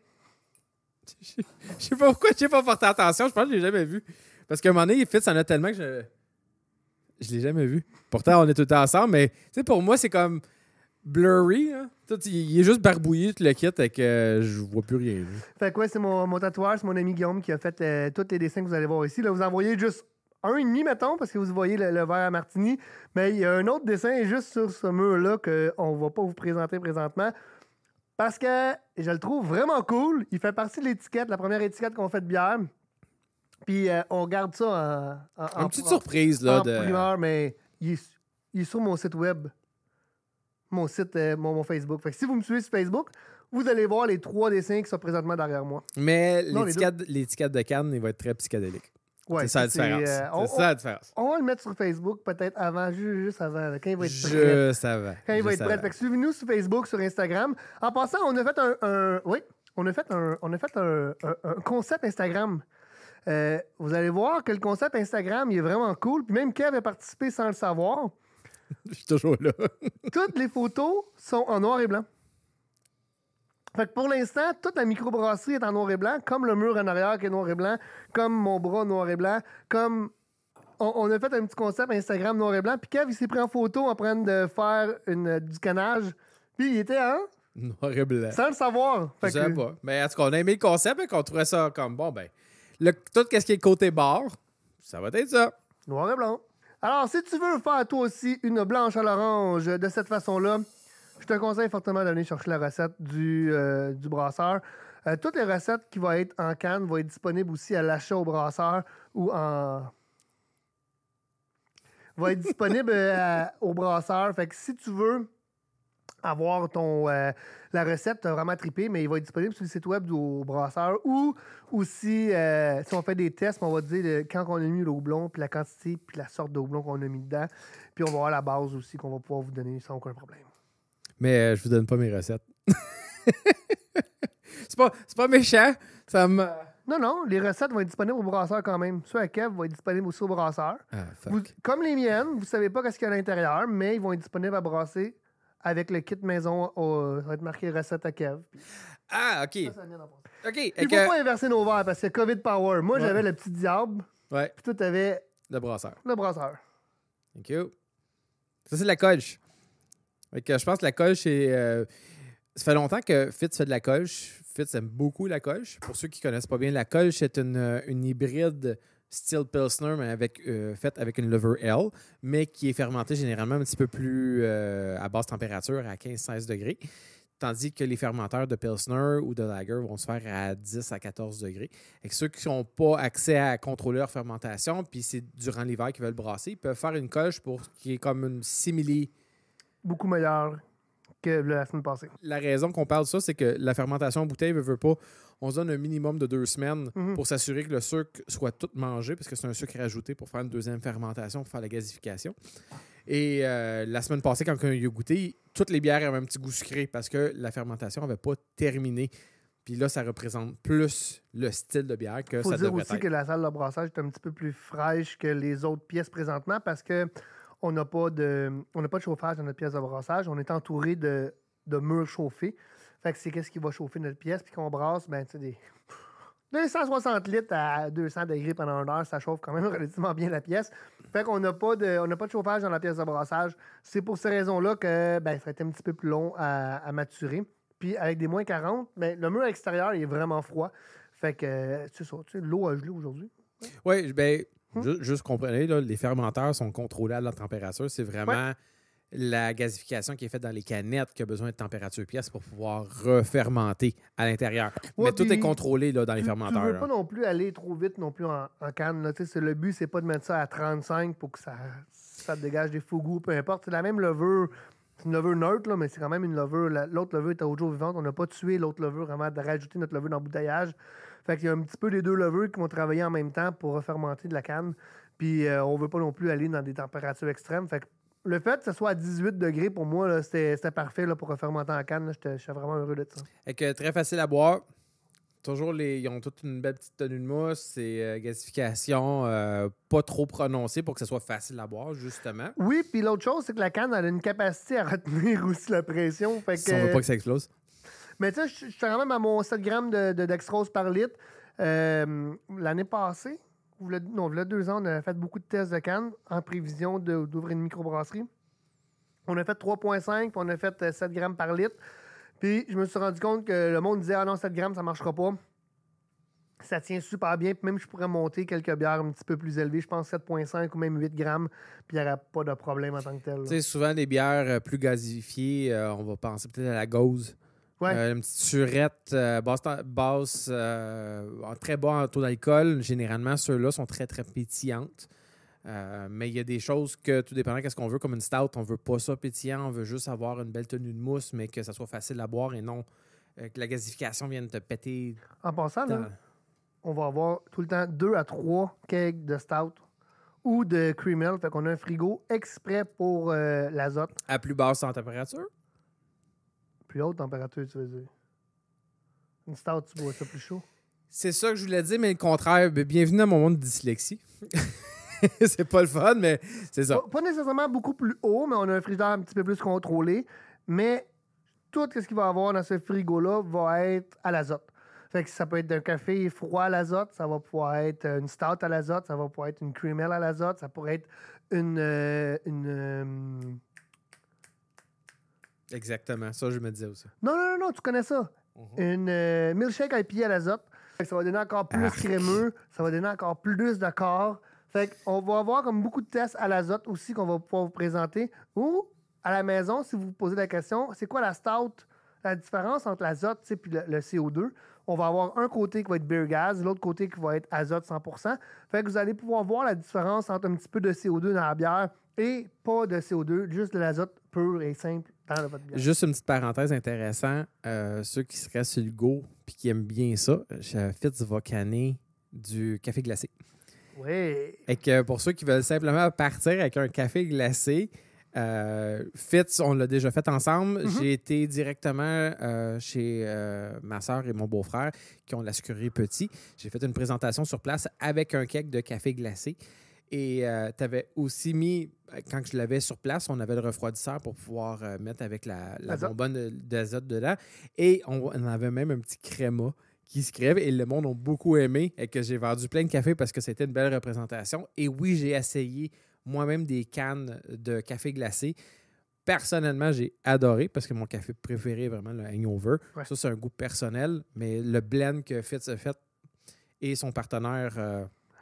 [SPEAKER 2] Je sais pas pourquoi j'ai pas porté attention. Je pense que je l'ai jamais vu. Parce qu'à un moment donné, Fitz en a tellement que je... Je l'ai jamais vu. Pourtant, on est tout le temps ensemble, mais tu sais, pour moi, c'est comme blurry. Hein? Tout, il est juste barbouillé, tout le kit, et que euh, je vois plus rien. Là.
[SPEAKER 1] Fait que ouais, c'est mon, mon tatoueur, c'est mon ami Guillaume qui a fait euh, tous les dessins que vous allez voir ici. Là, vous en voyez juste un et demi, mettons, parce que vous voyez le, le verre à martini. Mais il y a un autre dessin juste sur ce mur-là qu'on va pas vous présenter présentement. Parce que je le trouve vraiment cool. Il fait partie de l'étiquette, la première étiquette qu'on fait de bière. Puis euh, on garde ça en, en,
[SPEAKER 2] Une
[SPEAKER 1] en
[SPEAKER 2] petite
[SPEAKER 1] en-
[SPEAKER 2] surprise, là.
[SPEAKER 1] en
[SPEAKER 2] de...
[SPEAKER 1] primeur, mais il est, il est sur mon site web. Mon site, euh, mon, mon Facebook. Fait que si vous me suivez sur Facebook, vous allez voir les trois dessins qui sont présentement derrière moi.
[SPEAKER 2] Mais
[SPEAKER 1] Non, les
[SPEAKER 2] l'étiquette, l'étiquette de Cannes, il va être très psychédélique.
[SPEAKER 1] Ouais,
[SPEAKER 2] c'est ça la différence.
[SPEAKER 1] euh, on,
[SPEAKER 2] c'est ça la différence.
[SPEAKER 1] on- on va le mettre sur Facebook peut-être avant, juste, juste avant, là, quand il va être prêt.
[SPEAKER 2] Juste avant.
[SPEAKER 1] Quand il va
[SPEAKER 2] Juste
[SPEAKER 1] être prêt.
[SPEAKER 2] avant.
[SPEAKER 1] Fait que suivez-nous sur Facebook, sur Instagram. En passant, on a fait un, un- oui, on a fait un, on a fait un, un- un concept Instagram. Euh, vous allez voir que le concept Instagram, il est vraiment cool. Puis même Kev a participé sans le savoir.
[SPEAKER 2] Je suis toujours là.
[SPEAKER 1] Toutes les photos sont en noir et blanc. Fait que pour l'instant, toute la microbrasserie est en noir et blanc, comme le mur en arrière qui est noir et blanc, comme mon bras noir et blanc, comme... On, on a fait un petit concept Instagram noir et blanc, puis Kev, il s'est pris en photo en train de faire une, du canage, puis il était, hein,
[SPEAKER 2] Noir et blanc.
[SPEAKER 1] sans le savoir.
[SPEAKER 2] Je
[SPEAKER 1] Fait
[SPEAKER 2] sais
[SPEAKER 1] que,
[SPEAKER 2] pas. Mais en tout cas, on a aimé le concept et qu'on trouvait ça comme bon, ben. Le, tout ce qui est côté bar, ça va être ça.
[SPEAKER 1] noir et blanc. Alors, si tu veux faire toi aussi une blanche à l'orange de cette façon-là, je te conseille fortement d'aller chercher la recette du, euh, du brasseur. Euh, toutes les recettes qui vont être en canne vont être disponibles aussi à l'achat au brasseur ou en... vont être disponibles euh, à- au brasseur. Fait que si tu veux avoir ton euh, la recette, t'as vraiment trippé, mais il va être disponible sur le site web du brasseur ou aussi, euh, si on fait des tests, on va te dire le- quand on a mis le houblon, puis la quantité, puis la sorte de houblon qu'on a mis dedans. Puis on va avoir la base aussi qu'on va pouvoir vous donner sans aucun problème.
[SPEAKER 2] Mais euh, je vous donne pas mes recettes. c'est, pas, c'est pas méchant. Ça me.
[SPEAKER 1] Non, non, les recettes vont être disponibles au brasseur quand même. Ceux à Kev vont être disponibles aussi au brasseur.
[SPEAKER 2] Ah, fuck.
[SPEAKER 1] Vous- comme les miennes, vous savez pas ce qu'il y a à l'intérieur, mais ils vont être disponibles à brasser avec le kit maison. Au, ça va être marqué recette à Kev.
[SPEAKER 2] Ah, ok.
[SPEAKER 1] Ça, ça vient d'en passer.
[SPEAKER 2] Ok.
[SPEAKER 1] Il
[SPEAKER 2] et
[SPEAKER 1] faut
[SPEAKER 2] que-
[SPEAKER 1] pas inverser nos verres parce que COVID Power. Moi,
[SPEAKER 2] Ouais.
[SPEAKER 1] j'avais le petit diable,
[SPEAKER 2] Ouais,
[SPEAKER 1] puis toi, t'avais
[SPEAKER 2] le brasseur.
[SPEAKER 1] le brasseur.
[SPEAKER 2] Thank you. Ça, c'est de la colche. Fait que je pense que la colche, c'est. euh, Ça fait longtemps que Fitz fait de la colche. Fitz aime beaucoup la colche. Pour ceux qui ne connaissent pas bien, la colche, c'est une, euh, une hybride style Pilsner, mais avec, euh, faite avec une lever L, mais qui est fermentée généralement un petit peu plus euh, à basse température, à quinze à seize degrés. Tandis que les fermenteurs de Pilsner ou de Lager vont se faire à dix à quatorze degrés. Et que ceux qui n'ont pas accès à contrôler leur fermentation, puis c'est durant l'hiver qu'ils veulent brasser, ils peuvent faire une colche pour qui est comme une simili.
[SPEAKER 1] Beaucoup meilleur que la semaine passée.
[SPEAKER 2] La raison qu'on parle de ça, c'est que la fermentation en bouteille ne veut pas. On se donne un minimum de deux semaines
[SPEAKER 1] Mhm.
[SPEAKER 2] pour s'assurer que le sucre soit tout mangé, parce que c'est un sucre ajouté pour faire une deuxième fermentation, pour faire la gasification. Et euh, la semaine passée, quand on a eu goûté, toutes les bières avaient un petit goût sucré parce que la fermentation n'avait pas terminé. Puis là, ça représente plus le style de bière que
[SPEAKER 1] Il faut
[SPEAKER 2] ça
[SPEAKER 1] dire
[SPEAKER 2] devrait
[SPEAKER 1] aussi
[SPEAKER 2] être.
[SPEAKER 1] que la salle de brassage est un petit peu plus fraîche que les autres pièces présentement parce que on n'a pas de on n'a pas de chauffage dans notre pièce de brassage. On est entouré de, de murs chauffés. Fait que c'est qu'est-ce qui va chauffer notre pièce. Puis qu'on brasse, ben, tu sais, des deux cent soixante litres à deux cents degrés pendant une heure, ça chauffe quand même relativement bien la pièce. Fait qu'on n'a pas de on n'a pas de chauffage dans la pièce de brassage. C'est pour ces raisons-là que ben, ça va être un petit peu plus long à, à maturer. Puis avec des moins quarante, ben, le mur extérieur il est vraiment froid. Fait que, euh, c'est ça, tu sais, l'eau a gelé aujourd'hui.
[SPEAKER 2] Oui, bien,
[SPEAKER 1] Hmm?
[SPEAKER 2] ju- juste comprenez, là, les fermenteurs sont contrôlés à la température. C'est vraiment la gasification qui est faite dans les canettes qui a besoin de température pièce pour pouvoir refermenter à l'intérieur.
[SPEAKER 1] Ouais,
[SPEAKER 2] Mais tout
[SPEAKER 1] puis
[SPEAKER 2] est contrôlé là, dans les
[SPEAKER 1] Tu, tu
[SPEAKER 2] fermenteurs.
[SPEAKER 1] veux
[SPEAKER 2] là.
[SPEAKER 1] pas non plus aller trop vite non plus en, en canne. Là. Tu sais, c'est- Le but, c'est pas de mettre ça à trente-cinq pour que ça, ça te dégage des faux goûts, peu importe. C'est la même levure. C'est une levure neutre, là, mais c'est quand même une levure. La- L'autre levure est à haute jour vivante. On n'a pas tué l'autre levure vraiment de rajouter notre levure dans l'embouteillage. Fait qu'il y a un petit peu les deux levures qui vont travailler en même temps pour refermenter de la canne. Puis euh, on veut pas non plus aller dans des températures extrêmes. Fait que le fait que ce soit à dix-huit degrés, pour moi, là, c'était c'était parfait là, pour refermenter en canne. là. J'étais j'étais vraiment heureux de ça.
[SPEAKER 2] Fait que très facile à boire. Toujours, les, ils ont toute une belle petite tenue de mousse. C'est euh, gasification euh, pas trop prononcée pour que ce soit facile à boire, justement.
[SPEAKER 1] Oui, puis l'autre chose, c'est que la canne elle a une capacité à retenir aussi la pression. Fait que,
[SPEAKER 2] Si on veut pas que ça explose.
[SPEAKER 1] Mais tu sais, je je suis quand même à mon sept grammes de, de dextrose par litre. Euh, L'année passée, ou v'là- non, il y a deux ans, on a fait beaucoup de tests de canne en prévision de- d'ouvrir une microbrasserie. On a fait trois virgule cinq, puis on a fait euh, sept grammes par litre. Puis je me suis rendu compte que le monde disait « Ah non, sept grammes, ça marchera pas. » Ça tient super bien, puis même je pourrais monter quelques bières un petit peu plus élevées, je pense sept virgule cinq ou même huit grammes, puis il n'y aurait pas de problème en tant que tel. là.
[SPEAKER 2] Tu sais, souvent, les bières euh, plus gasifiées, euh, on va penser peut-être à la gauze.
[SPEAKER 1] Ouais.
[SPEAKER 2] Euh, une petite surette euh, basse, ten- basse euh, en très bas en taux d'alcool. Généralement, ceux-là sont très, très pétillantes. Euh, mais il y a des choses que, tout dépendant de ce qu'on veut, comme une stout, on veut pas ça pétillant, on veut juste avoir une belle tenue de mousse, mais que ça soit facile à boire et non euh, que la gasification vienne te péter
[SPEAKER 1] En passant, là,
[SPEAKER 2] dans...
[SPEAKER 1] on va avoir tout le temps deux à trois kegs de stout ou de cream ale. Fait qu'on a un frigo exprès pour euh, l'azote.
[SPEAKER 2] à plus basse en température.
[SPEAKER 1] Plus haute température, tu veux dire. Une stout, tu bois ça plus chaud.
[SPEAKER 2] C'est ça que je voulais dire, mais le contraire. Ben, bienvenue dans mon monde de dyslexie. C'est pas le fun, mais c'est ça.
[SPEAKER 1] Pas, pas nécessairement beaucoup plus haut, mais on a un frigidaire un petit peu plus contrôlé. Mais tout ce qu'il va y avoir dans ce frigo-là va être à l'azote. Fait que ça peut être d'un café froid à l'azote, ça va pouvoir être une stout à l'azote, ça va pouvoir être une cream ale à l'azote, ça pourrait être une... euh, une euh,
[SPEAKER 2] Exactement, ça je me disais aussi.
[SPEAKER 1] Non, non, non, non, tu connais ça. Une euh, milkshake I P A à l'azote. Fait que ça va donner encore plus
[SPEAKER 2] Ah.
[SPEAKER 1] crémeux, ça va donner encore plus de corps. Fait qu'on va avoir comme beaucoup de tests à l'azote aussi qu'on va pouvoir vous présenter. Ou à la maison, si vous vous posez la question, c'est quoi la stout, la différence entre l'azote et le, le C O deux? On va avoir un côté qui va être beer gas, l'autre côté qui va être azote cent pour cent. Fait que vous allez pouvoir voir la différence entre un petit peu de C O deux dans la bière et pas de C O deux, juste de l'azote pur et simple dans votre bière.
[SPEAKER 2] Juste une petite parenthèse intéressante. Euh, ceux qui seraient sur le go et qui aiment bien ça, euh, Fitz va canner du café glacé.
[SPEAKER 1] Oui.
[SPEAKER 2] Et que pour ceux qui veulent simplement partir avec un café glacé, euh, Fitz, on l'a déjà fait ensemble.
[SPEAKER 1] Mhm.
[SPEAKER 2] J'ai été directement euh, chez euh, ma soeur et mon beau-frère qui ont la sucrerie Petit. J'ai fait une présentation sur place avec un cake de café glacé. Et euh, tu avais aussi mis, quand je l'avais sur place, on avait le refroidisseur pour pouvoir euh, mettre avec la, la
[SPEAKER 1] L'azote.
[SPEAKER 2] bonbonne de- d'azote dedans. Et on, on avait même un petit créma qui se crève et le monde a beaucoup aimé et que j'ai vendu plein de café parce que c'était une belle représentation. Et oui, j'ai essayé moi-même des cannes de café glacé. Personnellement, j'ai adoré parce que mon café préféré est vraiment le Hangover.
[SPEAKER 1] Ouais.
[SPEAKER 2] Ça, c'est un goût personnel, mais le blend que Fitz a fait et son partenaire euh,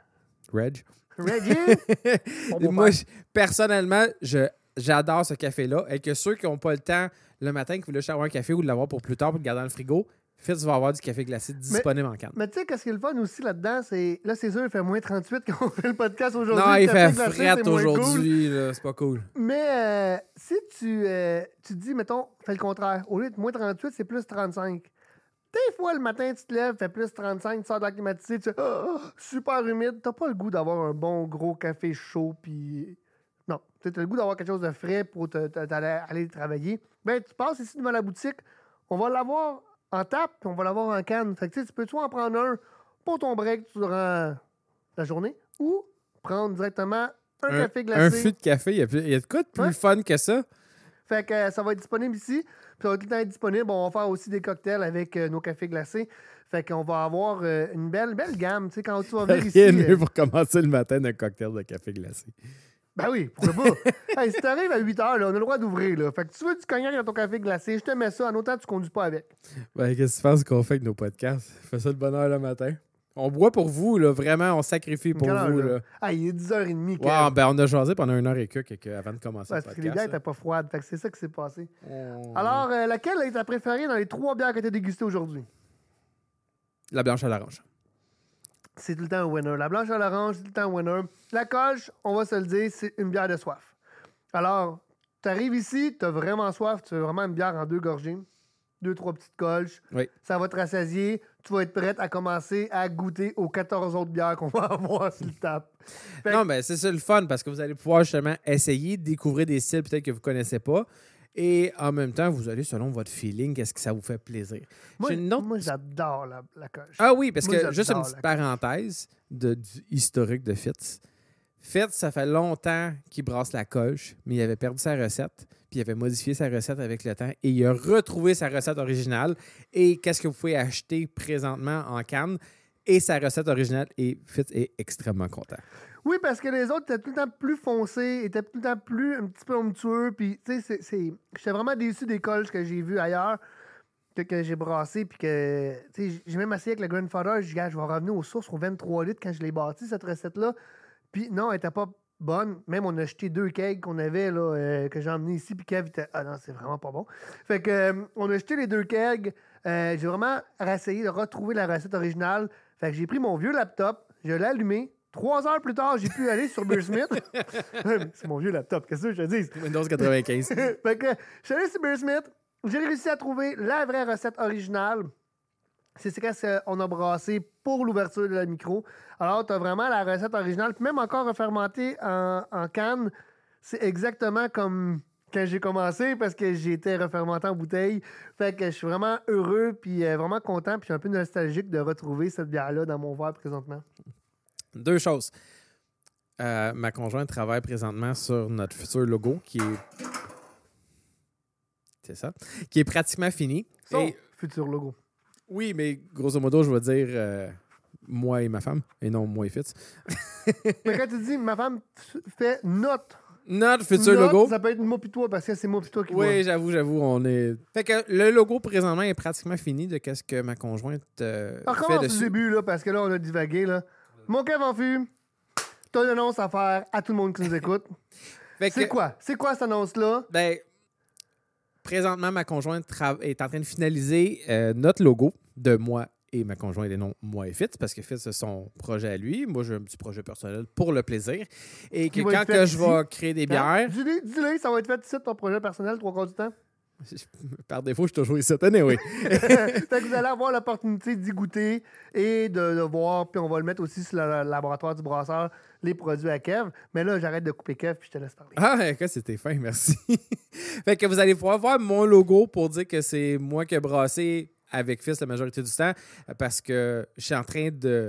[SPEAKER 2] Reg.
[SPEAKER 1] Reggie? Mon beau-père.
[SPEAKER 2] Moi, je- personnellement, je, j'adore ce café-là et que ceux qui n'ont pas le temps le matin, qui voulaient juste avoir un café ou de l'avoir pour plus tard pour le garder dans le frigo, Fitz va avoir du café glacé disponible en canne.
[SPEAKER 1] Mais tu sais, qu'est-ce qui est le fun aussi là-dedans, c'est. Là, c'est sûr, il fait moins trente-huit quand on fait le podcast aujourd'hui.
[SPEAKER 2] Non,
[SPEAKER 1] Le
[SPEAKER 2] il
[SPEAKER 1] café
[SPEAKER 2] fait
[SPEAKER 1] glacé,
[SPEAKER 2] fret
[SPEAKER 1] c'est moins cool.
[SPEAKER 2] aujourd'hui, là, c'est pas cool.
[SPEAKER 1] Mais euh, si tu, euh, tu te dis, mettons, fais le contraire. Au lieu de moins trente-huit, c'est plus trente-cinq. Des fois, le matin, tu te lèves, fait plus trente-cinq, tu sors de la climatisée, tu fais oh, super humide. T'as pas le goût d'avoir un bon gros café chaud, puis. Non. Tu as le goût d'avoir quelque chose de frais pour te, te- t'aller- aller travailler. Ben, tu passes ici devant la boutique, on va l'avoir en tape, puis on va l'avoir en canne. Fait que tu sais, tu peux soit en prendre un pour ton break durant la journée, ou prendre directement un,
[SPEAKER 2] Un,
[SPEAKER 1] café
[SPEAKER 2] un
[SPEAKER 1] glacé.
[SPEAKER 2] fût de café, il y a, plus- il y a de quoi de plus
[SPEAKER 1] Ouais.
[SPEAKER 2] fun que ça?
[SPEAKER 1] Fait que euh, ça va être disponible ici. Puis ça va tout le temps être disponible. On va faire aussi des cocktails avec euh, nos cafés glacés. Fait qu'on va avoir euh, une belle, belle gamme. Tu sais, quand tu vas venir ici.
[SPEAKER 2] Rien de
[SPEAKER 1] euh,
[SPEAKER 2] mieux pour commencer le matin d'un cocktail de café glacé.
[SPEAKER 1] Ben oui, pourquoi pas? Hey, si t'arrives à huit heures, là, on a le droit d'ouvrir. Là. Fait que tu veux du cognac dans ton café glacé, je te mets ça. En autant, tu conduis pas avec.
[SPEAKER 2] Ben, qu'est-ce que tu penses qu'on fait avec nos podcasts? Fais ça le bonheur le matin. On boit pour vous, là. Vraiment, on sacrifie pour
[SPEAKER 1] Quelle heure,
[SPEAKER 2] vous,
[SPEAKER 1] là?
[SPEAKER 2] là.
[SPEAKER 1] Ah, il est dix heures trente.
[SPEAKER 2] Wow, ben on a jasé pendant une heure et quelques avant de commencer
[SPEAKER 1] Ouais,
[SPEAKER 2] le
[SPEAKER 1] parce que les bières
[SPEAKER 2] podcast.
[SPEAKER 1] n'étaient pas froides. Fait que c'est ça qui s'est passé.
[SPEAKER 2] On-
[SPEAKER 1] Alors, euh, laquelle est ta préférée dans les trois bières que tu as dégustées aujourd'hui?
[SPEAKER 2] La blanche à l'orange.
[SPEAKER 1] C'est tout le temps un winner. La blanche à l'orange, c'est tout le temps un winner. La colche, on va se le dire, c'est une bière de soif. Alors, tu arrives ici, tu as vraiment soif, tu veux vraiment une bière en deux gorgées, deux, trois petites colches.
[SPEAKER 2] Oui.
[SPEAKER 1] Ça va te rassasier. Tu vas être prête à commencer à goûter aux quatorze autres bières qu'on va avoir sur le tap. Fait que-
[SPEAKER 2] Non, mais c'est ça le fun parce que vous allez pouvoir justement essayer, découvrir des styles peut-être que vous ne connaissez pas. Et en même temps, vous allez selon votre feeling, qu'est-ce que ça vous fait plaisir.
[SPEAKER 1] Moi,
[SPEAKER 2] J'ai une autre-
[SPEAKER 1] moi, j'adore la, la colche.
[SPEAKER 2] Ah oui, parce
[SPEAKER 1] Moi,
[SPEAKER 2] que juste une
[SPEAKER 1] j'adore
[SPEAKER 2] petite
[SPEAKER 1] la
[SPEAKER 2] parenthèse de, du historique de Fitz. Fitz, ça fait longtemps qu'il brasse la colche, mais il avait perdu sa recette, puis il avait modifié sa recette avec le temps et il a retrouvé sa recette originale. Et qu'est-ce que vous pouvez acheter présentement en canne? Et sa recette originale, et Fitz est extrêmement content.
[SPEAKER 1] Oui, parce que les autres étaient tout le temps plus foncés, étaient tout le temps plus un petit peu onctueux. Puis, tu sais, c'est, c'est... j'étais vraiment déçu des colches que j'ai vues ailleurs, que, que j'ai brassé. Puis que, tu sais, j'ai même essayé avec le Grandfather. Je dis, gars, je vais revenir aux sources aux vingt-trois litres quand je l'ai bâti, cette recette-là. Puis, non, elle était pas bonne. Même, on a jeté deux kegs qu'on avait, là, euh, que j'ai emmené ici. Puis, Kev était, ah non, c'est vraiment pas bon. Fait que, euh, on a jeté les deux kegs. Euh, j'ai vraiment essayé de retrouver la recette originale. Fait que j'ai pris mon vieux laptop, je l'ai allumé. Trois heures plus tard, j'ai pu aller sur Beersmith. C'est mon vieux laptop, qu'est-ce que je te dis?
[SPEAKER 2] Windows quatre-vingt-quinze.
[SPEAKER 1] Fait que je suis allé sur Beersmith, j'ai réussi à trouver la vraie recette originale. C'est ce qu'on a brassé pour l'ouverture de la micro. Alors, tu as vraiment la recette originale. Puis même encore refermentée en, en canne, c'est exactement comme quand j'ai commencé parce que j'ai été refermenté en bouteille. Fait que je suis vraiment heureux puis euh, vraiment content puis un peu nostalgique de retrouver cette bière-là dans mon verre présentement.
[SPEAKER 2] Deux choses. Euh, ma conjointe travaille présentement sur notre futur logo qui est. C'est ça. Qui est pratiquement fini.
[SPEAKER 1] Son
[SPEAKER 2] Et
[SPEAKER 1] futur logo.
[SPEAKER 2] oui, mais grosso modo, je vais dire euh, moi et ma femme, et non moi et Fitz.
[SPEAKER 1] Mais quand tu dis ma femme f- fait notre,
[SPEAKER 2] Notre futur
[SPEAKER 1] notre,
[SPEAKER 2] logo.
[SPEAKER 1] ça peut être moi puis toi parce que c'est moi puis toi qui
[SPEAKER 2] Oui,
[SPEAKER 1] voit.
[SPEAKER 2] j'avoue, j'avoue, on est. Fait que le logo présentement est pratiquement fini de qu'est-ce que ma conjointe euh,
[SPEAKER 1] Alors,
[SPEAKER 2] fait
[SPEAKER 1] commence du
[SPEAKER 2] dessus.
[SPEAKER 1] début, là, parce que là, on a divagué, là. Mon Kev en fume, t'as une annonce à faire à tout le monde qui nous écoute.
[SPEAKER 2] Fait que,
[SPEAKER 1] C'est quoi? C'est quoi cette annonce-là?
[SPEAKER 2] ben, présentement, ma conjointe tra- est en train de finaliser euh, notre logo de moi et ma conjointe et non moi et Fitz, parce que Fitz, c'est son projet à lui. Moi, j'ai un petit projet personnel pour le plaisir. Et que
[SPEAKER 1] Qui va
[SPEAKER 2] quand
[SPEAKER 1] être fait
[SPEAKER 2] que je
[SPEAKER 1] ici.
[SPEAKER 2] vais créer des
[SPEAKER 1] Hein?
[SPEAKER 2] bières,
[SPEAKER 1] Dis-le, dis-le, ça va être fait ici, ton projet personnel, trois quarts du temps.
[SPEAKER 2] par défaut, je suis toujours ici. Anyway.
[SPEAKER 1] Fait que vous allez avoir l'opportunité d'y goûter et de, de voir, puis on va le mettre aussi sur le, le laboratoire du brasseur, les produits à Kev. Mais là, j'arrête de couper Kev, puis je te laisse parler.
[SPEAKER 2] Ah, écoute, c'était fin, merci. Fait que vous allez pouvoir voir mon logo pour dire que c'est moi qui ai brassé avec Fitz la majorité du temps, parce que je suis en train de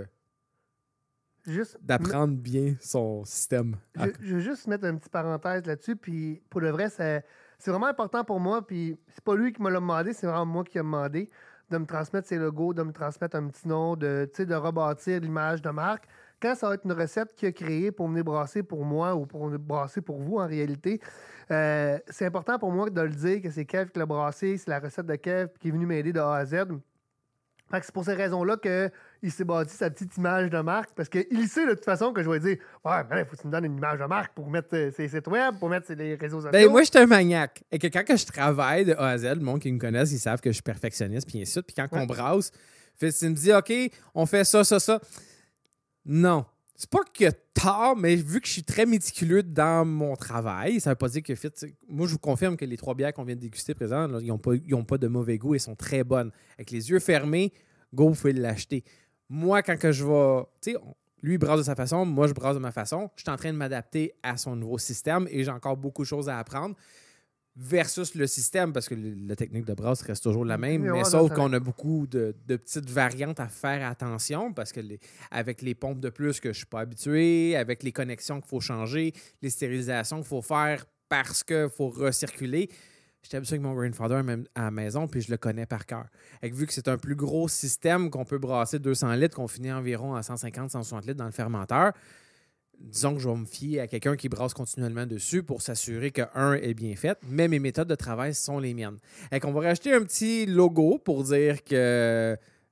[SPEAKER 1] Juste,
[SPEAKER 2] d'apprendre bien son système.
[SPEAKER 1] Je, je veux juste mettre une petite parenthèse là-dessus, puis pour le vrai, c'est, c'est vraiment important pour moi, puis c'est pas lui qui me l'a demandé, c'est vraiment moi qui ai demandé de me transmettre ses logos, de me transmettre un petit nom, de, tu sais, de rebâtir l'image de marque. Quand ça va être une recette qu'il a créée pour venir brasser pour moi ou pour venir brasser pour vous, en réalité, euh, c'est important pour moi de le dire que c'est Kev qui l'a brassé, c'est la recette de Kev qui est venu m'aider de A à Z. Fait que c'est pour ces raisons-là qu'il s'est bâti sa petite image de marque, parce qu'il sait de toute façon que je vais dire « Ouais, mais il faut que tu me donnes une image de marque pour mettre euh, ses sites web, pour mettre ses les réseaux sociaux. »
[SPEAKER 2] Ben, moi, je suis un maniaque. Et que quand que je travaille de A à Z, le monde qui me connaisse, ils savent que je suis perfectionniste, puis ainsi de suite. Puis quand
[SPEAKER 1] Ouais.
[SPEAKER 2] on brasse, Fitz, il me dit OK, on fait ça, ça, ça. Non. C'est pas que tard, mais vu que je suis très méticuleux dans mon travail, ça veut pas dire que Fitz. Moi, je vous confirme que les trois bières qu'on vient de déguster présentes, là, ils n'ont pas, ils ont pas de mauvais goût et sont très bonnes. Avec les yeux fermés, go, vous pouvez l'acheter. Moi, quand que je vais. Tu sais, on- lui, il brasse de sa façon, moi, je brasse de ma façon. Je suis en train de m'adapter à son nouveau système et j'ai encore beaucoup de choses à apprendre. Versus le système, parce que le- la technique de brasse reste toujours la même,
[SPEAKER 1] Oui,
[SPEAKER 2] mais
[SPEAKER 1] ouais,
[SPEAKER 2] sauf
[SPEAKER 1] ça
[SPEAKER 2] qu'on a beaucoup de, de petites variantes à faire attention, parce que les- avec les pompes de plus que je ne suis pas habitué, avec les connexions qu'il faut changer, les stérilisations qu'il faut faire parce qu'il faut recirculer, j'étais habitué avec mon Grandfather même à la maison, puis je le connais par cœur. Et vu que c'est un plus gros système qu'on peut brasser deux cents litres, qu'on finit environ à cent cinquante à cent soixante litres dans le fermenteur, disons que je vais me fier à quelqu'un qui brasse continuellement dessus pour s'assurer que un est bien fait, mais mes méthodes de travail sont les miennes. Et qu'on va rajouter un petit logo pour dire que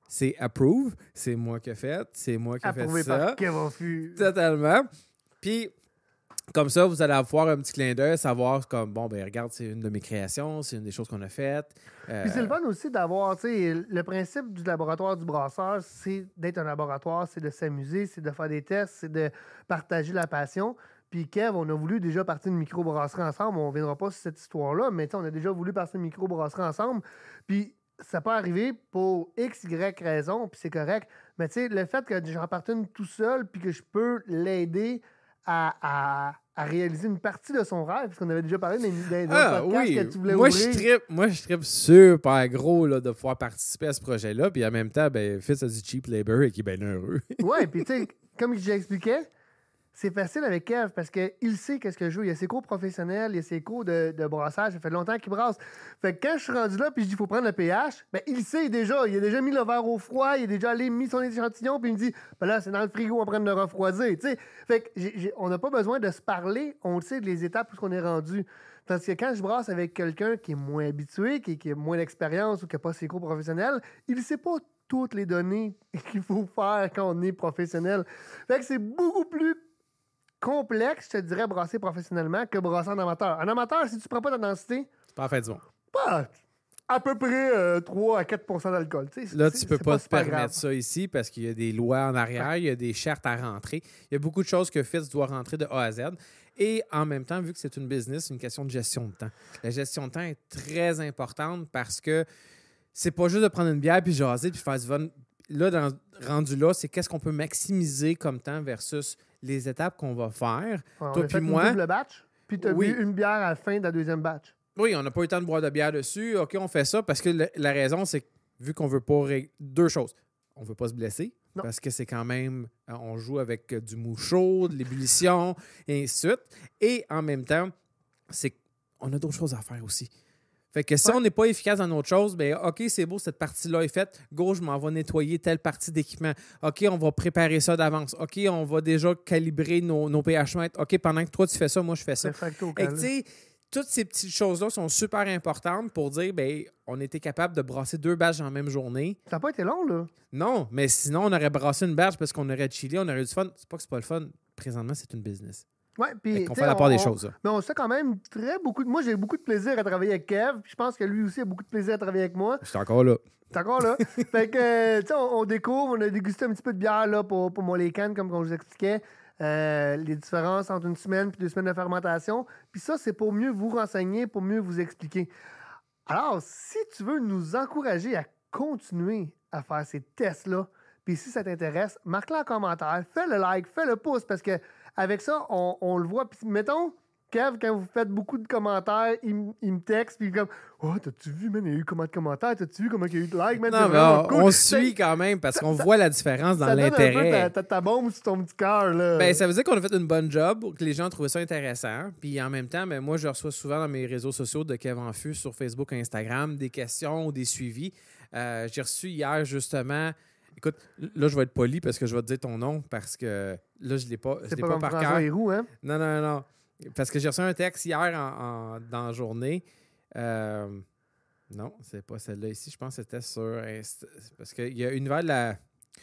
[SPEAKER 2] c'est approve, c'est moi qui ai fait, c'est moi qui ai fait
[SPEAKER 1] Approuvé
[SPEAKER 2] ça.
[SPEAKER 1] par Kevin Fu.
[SPEAKER 2] Totalement. Puis, comme ça, vous allez avoir un petit clin d'œil, savoir comme, bon, ben regarde, c'est une de mes créations, c'est une des choses qu'on a faites. Euh,
[SPEAKER 1] Puis c'est le fun aussi d'avoir, tu sais, le principe du laboratoire du brasseur, c'est d'être un laboratoire, c'est de s'amuser, c'est de faire des tests, c'est de partager la passion. Puis Kev, on a voulu déjà partir une microbrasserie ensemble. On ne reviendra pas sur cette histoire-là, mais tu sais, on a déjà voulu partir une microbrasserie ensemble. Puis ça peut arriver pour X, Y raison, puis c'est correct. Mais tu sais, le fait que j'en parte une tout seul, puis que je peux l'aider à, à, à réaliser une partie de son rêve, parce qu'on avait déjà parlé d'un
[SPEAKER 2] ah,
[SPEAKER 1] podcast
[SPEAKER 2] oui.
[SPEAKER 1] que tu voulais
[SPEAKER 2] moi,
[SPEAKER 1] ouvrir.
[SPEAKER 2] Je trippe, moi, je trippe super gros là, de pouvoir participer à ce projet-là. Puis en même temps, ben, Fitz a du cheap labor et qui est bien heureux.
[SPEAKER 1] Ouais, puis tu sais, comme j'expliquais, c'est facile avec Kev parce qu'il sait qu'est-ce que je joue. Il a ses cours professionnels, il a ses cours de, de brassage. Ça fait longtemps qu'il brasse. Fait que quand je suis rendu là puis je dis qu'il faut prendre le pH, ben il sait déjà. Il a déjà mis le verre au froid, il a déjà allé mis son échantillon puis il me dit ben là, c'est dans le frigo, on va prendre le refroidir. T'sais. Fait que j'ai, j'ai, on n'a pas besoin de se parler. On sait les étapes où on est rendu. Parce que quand je brasse avec quelqu'un qui est moins habitué, qui, qui a moins d'expérience ou qui n'a pas ses cours professionnels, il ne sait pas toutes les données qu'il faut faire quand on est professionnel. Fait que c'est beaucoup plus complexe, je te dirais, brasser professionnellement que brasser en amateur. En amateur, si tu prends pas ta densité,
[SPEAKER 2] C'est pas en fait du bon.
[SPEAKER 1] bah, à peu près euh, trois à quatre d'alcool.
[SPEAKER 2] Là, tu peux pas,
[SPEAKER 1] pas
[SPEAKER 2] te permettre
[SPEAKER 1] grave.
[SPEAKER 2] ça ici parce qu'il y a des lois en arrière, il y a des chartes à rentrer. Il y a beaucoup de choses que Fitz doit rentrer de A à Z. Et en même temps, vu que c'est une business, c'est une question de gestion de temps. La gestion de temps est très importante parce que c'est pas juste de prendre une bière puis jaser puis faire du fun. Là, dans, rendu là, c'est qu'est-ce qu'on peut maximiser comme temps versus les étapes qu'on va faire.
[SPEAKER 1] Ouais,
[SPEAKER 2] Toi
[SPEAKER 1] on a
[SPEAKER 2] puis
[SPEAKER 1] fait
[SPEAKER 2] moi.
[SPEAKER 1] Une double batch, puis tu as
[SPEAKER 2] Oui.
[SPEAKER 1] bu une bière à la fin de la deuxième batch.
[SPEAKER 2] Oui, on n'a pas eu le temps de boire de bière dessus. OK, on fait ça parce que le- la raison, c'est que vu qu'on veut pas... ré- Deux choses. On veut pas se blesser
[SPEAKER 1] Non.
[SPEAKER 2] parce que c'est quand même... On joue avec euh, du mou chaud, de l'ébullition, et ainsi de suite. Et en même temps, c'est qu'on a d'autres choses à faire aussi. Fait que si
[SPEAKER 1] Ouais.
[SPEAKER 2] on n'est pas efficace dans autre chose, bien, OK, c'est beau, cette partie-là est faite. Go, je m'en vais nettoyer telle partie d'équipement. OK, on va préparer ça d'avance. OK, on va déjà calibrer nos, nos pH mètres. OK, pendant que toi, tu fais ça, moi, je fais ça.
[SPEAKER 1] C'est facto au
[SPEAKER 2] Fait que,
[SPEAKER 1] calme.
[SPEAKER 2] tu sais, toutes ces petites choses-là sont super importantes pour dire, ben, on était capable de brasser deux batches en même journée.
[SPEAKER 1] Ça n'a pas été long, là.
[SPEAKER 2] Non, mais sinon, on aurait brassé une batch parce qu'on aurait chillé, on aurait eu du fun. C'est pas que c'est pas le fun. Présentement, c'est une business.
[SPEAKER 1] Ouais, puis.
[SPEAKER 2] On
[SPEAKER 1] tu
[SPEAKER 2] fait
[SPEAKER 1] sais,
[SPEAKER 2] la part
[SPEAKER 1] on-
[SPEAKER 2] des
[SPEAKER 1] on-
[SPEAKER 2] choses. Là.
[SPEAKER 1] Mais on se fait quand même très beaucoup. de- Moi, j'ai beaucoup de plaisir à travailler avec Kev. puis Je pense que lui aussi a beaucoup de plaisir à travailler avec moi.
[SPEAKER 2] Je suis encore là.
[SPEAKER 1] T'es encore là? Fait que, euh, tu sais, on, on découvre, on a dégusté un petit peu de bière là, pour, pour moi les cannes, comme on vous expliquait. Euh, les différences entre une semaine et deux semaines de fermentation. Puis ça, c'est pour mieux vous renseigner, pour mieux vous expliquer. Alors, si tu veux nous encourager à continuer à faire ces tests-là, puis si ça t'intéresse, marque-le en commentaire, fais le like, fais le pouce, parce que avec ça, on, on le voit. Puis mettons, Kev, quand vous faites beaucoup de commentaires, il, m- il me texte, puis comme « Oh, t'as-tu vu, man, il y a eu combien de commentaires? T'as-tu vu comment il y a eu de likes, man?
[SPEAKER 2] Non,
[SPEAKER 1] C'est
[SPEAKER 2] mais
[SPEAKER 1] vraiment
[SPEAKER 2] on,
[SPEAKER 1] cool.
[SPEAKER 2] on
[SPEAKER 1] Ça-
[SPEAKER 2] suit quand même parce qu'on
[SPEAKER 1] ça-
[SPEAKER 2] voit la différence dans
[SPEAKER 1] ça donne un peu
[SPEAKER 2] l'intérêt.
[SPEAKER 1] ta, ta, ta bombe sur ton petit cœur, là.
[SPEAKER 2] Ben, ça veut dire qu'on a fait une bonne job, que les gens ont trouvé ça intéressant. Puis en même temps, ben, moi, je reçois souvent dans mes réseaux sociaux de Kev en Fût sur Facebook et Instagram des questions ou des suivis. Euh, j'ai reçu hier, justement... Écoute, là, je vais être poli parce que je vais te dire ton nom parce que là, je ne l'ai pas, je
[SPEAKER 1] C'est
[SPEAKER 2] l'ai
[SPEAKER 1] pas
[SPEAKER 2] pas
[SPEAKER 1] comme
[SPEAKER 2] par
[SPEAKER 1] François
[SPEAKER 2] cœur.
[SPEAKER 1] Héroux, hein?
[SPEAKER 2] Non, non, non. Parce que j'ai reçu un texte hier en, en- dans la journée. Euh, non, c'est pas celle-là ici. Je pense que c'était sur Insta. Parce qu'il y a univers de la.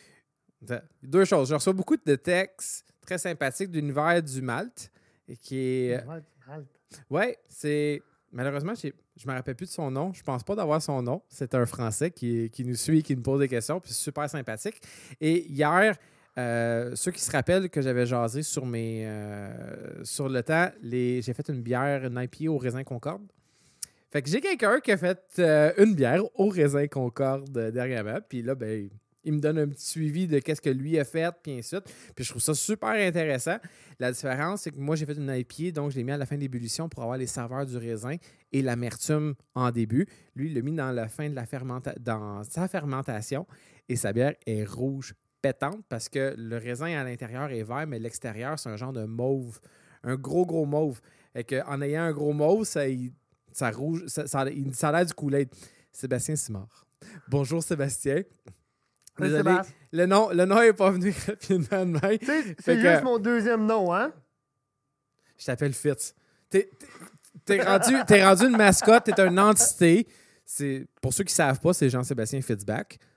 [SPEAKER 2] Deux choses. Je reçois beaucoup de textes très sympathiques d'univers du Malte. Et qui est.
[SPEAKER 1] Ouais, Malte.
[SPEAKER 2] Ouais, c'est. Malheureusement, j'ai- je ne me rappelle plus de son nom. Je pense pas d'avoir son nom. C'est un Français qui, qui nous suit, qui nous pose des questions, puis c'est super sympathique. Et hier, euh, ceux qui se rappellent que j'avais jasé sur mes euh, sur le temps, les, j'ai fait une bière, une I P A au raisin Concorde. Fait que j'ai quelqu'un qui a fait euh, une bière au raisin Concorde euh, dernièrement. Puis là, ben, il me donne un petit suivi de qu'est-ce que lui a fait, puis ainsi de suite. Puis je trouve ça super intéressant. La différence, c'est que moi, j'ai fait une I P A, donc je l'ai mis à la fin de l'ébullition pour avoir les saveurs du raisin et l'amertume en début. Lui, il l'a mis dans la fin de la fermenta- dans sa fermentation et sa bière est rouge pétante parce que le raisin à l'intérieur est vert, mais l'extérieur, c'est un genre de mauve. Un gros, gros mauve. Et qu'en ayant un gros mauve, ça, il- ça, rouge, ça, ça, il- ça a l'air du Kool-Aid. Sébastien Simard. Bonjour Sébastien.
[SPEAKER 1] Oui,
[SPEAKER 2] Désolé,
[SPEAKER 1] Sébastien.
[SPEAKER 2] le nom le nom n'est pas venu rapidement de même.
[SPEAKER 1] Tu sais,
[SPEAKER 2] Fait
[SPEAKER 1] c'est
[SPEAKER 2] que-
[SPEAKER 1] juste mon deuxième nom, hein?
[SPEAKER 2] Je t'appelle Fitz. T'es, t'es- t'es rendu, t'es rendu une mascotte, t'es une entité. C'est, pour ceux qui ne savent pas, c'est Jean-Sébastien Fitzbach.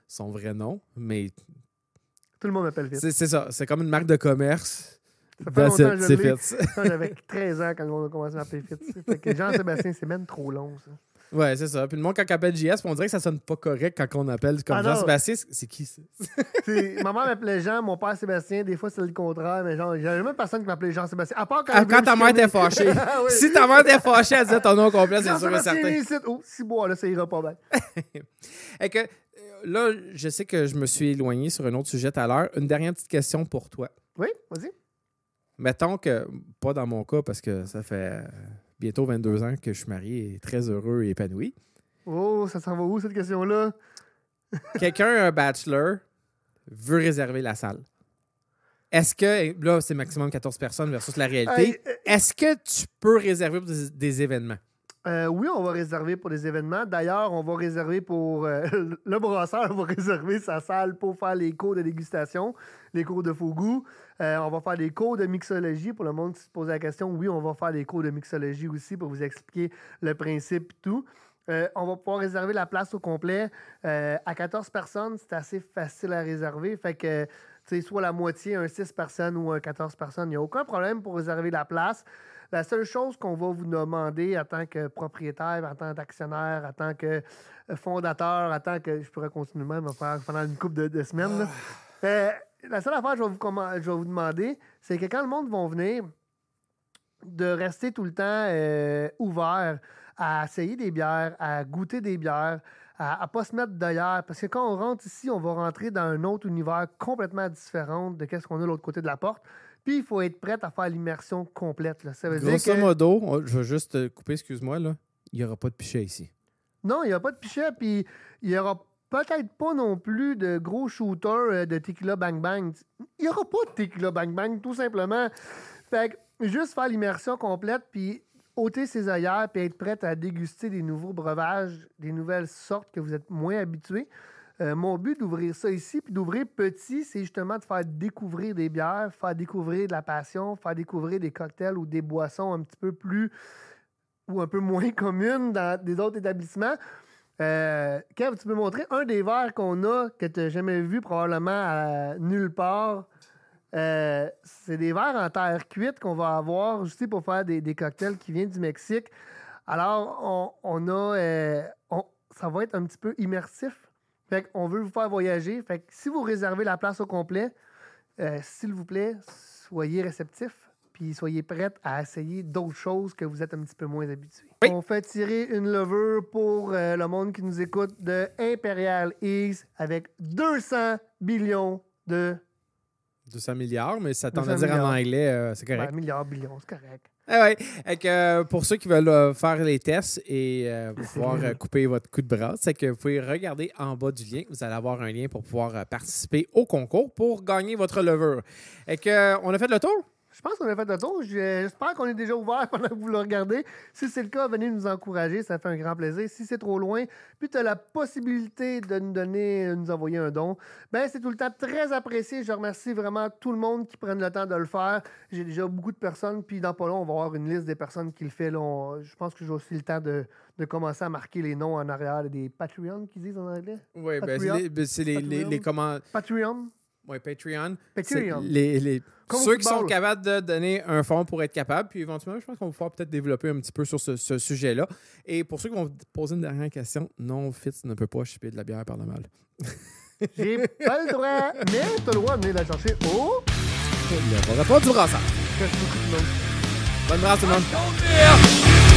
[SPEAKER 2] son vrai nom, mais
[SPEAKER 1] Tout le monde m'appelle Fitz.
[SPEAKER 2] c'est, c'est ça. C'est comme une marque de commerce.
[SPEAKER 1] Ça fait longtemps que je
[SPEAKER 2] c'est
[SPEAKER 1] l'ai.
[SPEAKER 2] Fitz.
[SPEAKER 1] Quand J'avais treize ans quand on a commencé à m'appeler Fitz. Fait que Jean-Sébastien, c'est même trop long, ça.
[SPEAKER 2] Ouais, c'est ça. Puis le monde, quand il appelle J S, on dirait que ça sonne pas correct quand on appelle comme
[SPEAKER 1] Ah non.
[SPEAKER 2] Jean-Sébastien. C'est c'est qui ça?
[SPEAKER 1] C'est- ma mère m'appelait Jean, mon père Sébastien. Des fois, c'est le contraire. Mais genre, j'avais même personne qui m'appelait Jean-Sébastien. À part quand,
[SPEAKER 2] Ah,
[SPEAKER 1] il voulait
[SPEAKER 2] quand ta
[SPEAKER 1] me
[SPEAKER 2] mère était
[SPEAKER 1] chicaner.
[SPEAKER 2] fâchée.
[SPEAKER 1] Ah oui.
[SPEAKER 2] Si ta mère était fâchée, elle disait ton nom complet, c'est sûr et
[SPEAKER 1] Jean-Sébastien,
[SPEAKER 2] certain.
[SPEAKER 1] viens ici. Oh, si bois, là, ça ira pas bien.
[SPEAKER 2] Et que, euh, là, je sais que je me suis éloigné sur un autre sujet tout à l'heure. Une dernière petite question pour toi.
[SPEAKER 1] Oui, vas-y.
[SPEAKER 2] Mettons que, pas dans mon cas, parce que ça fait euh, bientôt vingt-deux ans que je suis marié et très heureux et épanoui.
[SPEAKER 1] Oh, ça s'en va où, cette question-là?
[SPEAKER 2] Quelqu'un, un bachelor, veut réserver la salle. Est-ce que, là, c'est maximum quatorze personnes versus la réalité.
[SPEAKER 1] Hey, euh,
[SPEAKER 2] Est-ce que tu peux réserver pour des, des événements?
[SPEAKER 1] Euh, oui, on va réserver pour des événements. D'ailleurs, on va réserver pour... euh, le brasseur va réserver sa salle pour faire les cours de dégustation, les cours de faux goût. Euh, on va faire des cours de mixologie. Pour le monde qui se pose la question, oui, on va faire des cours de mixologie aussi pour vous expliquer le principe et tout. Euh, on va pouvoir réserver la place au complet. Euh, à quatorze personnes, c'est assez facile à réserver. Fait que, tu sais, soit la moitié, un six personnes ou un quatorze personnes, il n'y a aucun problème pour réserver la place. La seule chose qu'on va vous demander en tant que propriétaire, en tant qu'actionnaire, en tant que fondateur, en tant que... Je pourrais continuer même à faire pendant une couple de, de semaines. Là. Euh, la seule affaire que je vais vous, commen- je vais vous demander, c'est que quand le monde va venir, de rester tout le temps euh, ouvert à essayer des bières, à goûter des bières, à ne pas se mettre d'ailleurs. Parce que quand on rentre ici, on va rentrer dans un autre univers complètement différent de ce qu'on a de l'autre côté de la porte. Puis, il faut être prêt à faire l'immersion complète. Là. Ça veut
[SPEAKER 2] Grosso
[SPEAKER 1] dire que...
[SPEAKER 2] modo, on- je vais juste te couper, excuse-moi, là. Il n'y aura pas de pichet ici.
[SPEAKER 1] Non, il n'y a pas de pichet, puis il n'y aura peut-être pas non plus de gros shooters euh, de Tequila Bang Bang. Il n'y aura pas de Tequila Bang Bang, tout simplement. Fait que juste faire l'immersion complète, puis ôter ses œillères, puis être prête à déguster des nouveaux breuvages, des nouvelles sortes que vous êtes moins habitués. Euh, mon but d'ouvrir ça ici, puis d'ouvrir petit, c'est justement de faire découvrir des bières, faire découvrir de la passion, faire découvrir des cocktails ou des boissons un petit peu plus ou un peu moins communes dans des autres établissements. Euh, Kev, tu peux montrer un des verres qu'on a que tu n'as jamais vu probablement à nulle part. Euh, c'est des verres en terre cuite qu'on va avoir juste pour faire des, des cocktails qui viennent du Mexique. Alors, on, on a... euh, on- ça va être un petit peu immersif. Fait qu'on veut vous faire voyager. Fait que si vous réservez la place au complet, euh, s'il vous plaît, soyez réceptifs. Puis soyez prêts à essayer d'autres choses que vous êtes un petit peu moins habitués.
[SPEAKER 2] Oui.
[SPEAKER 1] On fait tirer une levure pour euh, le monde qui nous écoute de Imperial Ease avec deux cents billions de...
[SPEAKER 2] deux cents milliards, mais ça tend
[SPEAKER 1] deux
[SPEAKER 2] à
[SPEAKER 1] cents
[SPEAKER 2] dire en
[SPEAKER 1] milliards.
[SPEAKER 2] anglais, euh, c'est correct.
[SPEAKER 1] Ben, milliards, billions, c'est correct.
[SPEAKER 2] Ah ouais. Fait que, euh, pour ceux qui veulent euh, faire les tests et euh, pouvoir euh, couper votre coup de bras, c'est que vous pouvez regarder en bas du lien. Vous allez avoir un lien pour pouvoir euh, participer au concours pour gagner votre levure. Et que, euh, on a fait le tour?
[SPEAKER 1] Je pense qu'on a fait le tour. J'espère qu'on est déjà ouvert pendant que vous le regardez. Si c'est le cas, venez nous encourager. Ça fait un grand plaisir. Si c'est trop loin, puis tu as la possibilité de nous donner, de nous envoyer un don, ben c'est tout le temps très apprécié. Je remercie vraiment tout le monde qui prenne le temps de le faire. J'ai déjà beaucoup de personnes, puis dans pas long, on va avoir une liste des personnes qui le font. Là, on- je pense que j'ai aussi le temps de, de commencer à marquer les noms en arrière des Patreon qu'ils disent en anglais.
[SPEAKER 2] Oui, ben,
[SPEAKER 1] Patreon.
[SPEAKER 2] c'est les, ben, c'est les, les, les comment...
[SPEAKER 1] Patreon.
[SPEAKER 2] Ouais, Patreon.
[SPEAKER 1] Patreon.
[SPEAKER 2] C'est Les, les...
[SPEAKER 1] Comme au
[SPEAKER 2] Ceux qui sont
[SPEAKER 1] football.
[SPEAKER 2] capables de donner un fonds pour être capables, puis éventuellement, je pense qu'on va pouvoir peut-être développer un petit peu sur ce, ce sujet-là. Et pour ceux qui vont poser une dernière question, non, Fitz ne peut pas chipper de la bière par le mal.
[SPEAKER 1] J'ai pas le droit, mais tu as le droit de venir la chercher au...
[SPEAKER 2] Il n'y aura pas du brassard.
[SPEAKER 1] Merci beaucoup tout le monde.
[SPEAKER 2] Bonne brasse tout le monde.
[SPEAKER 3] Don't be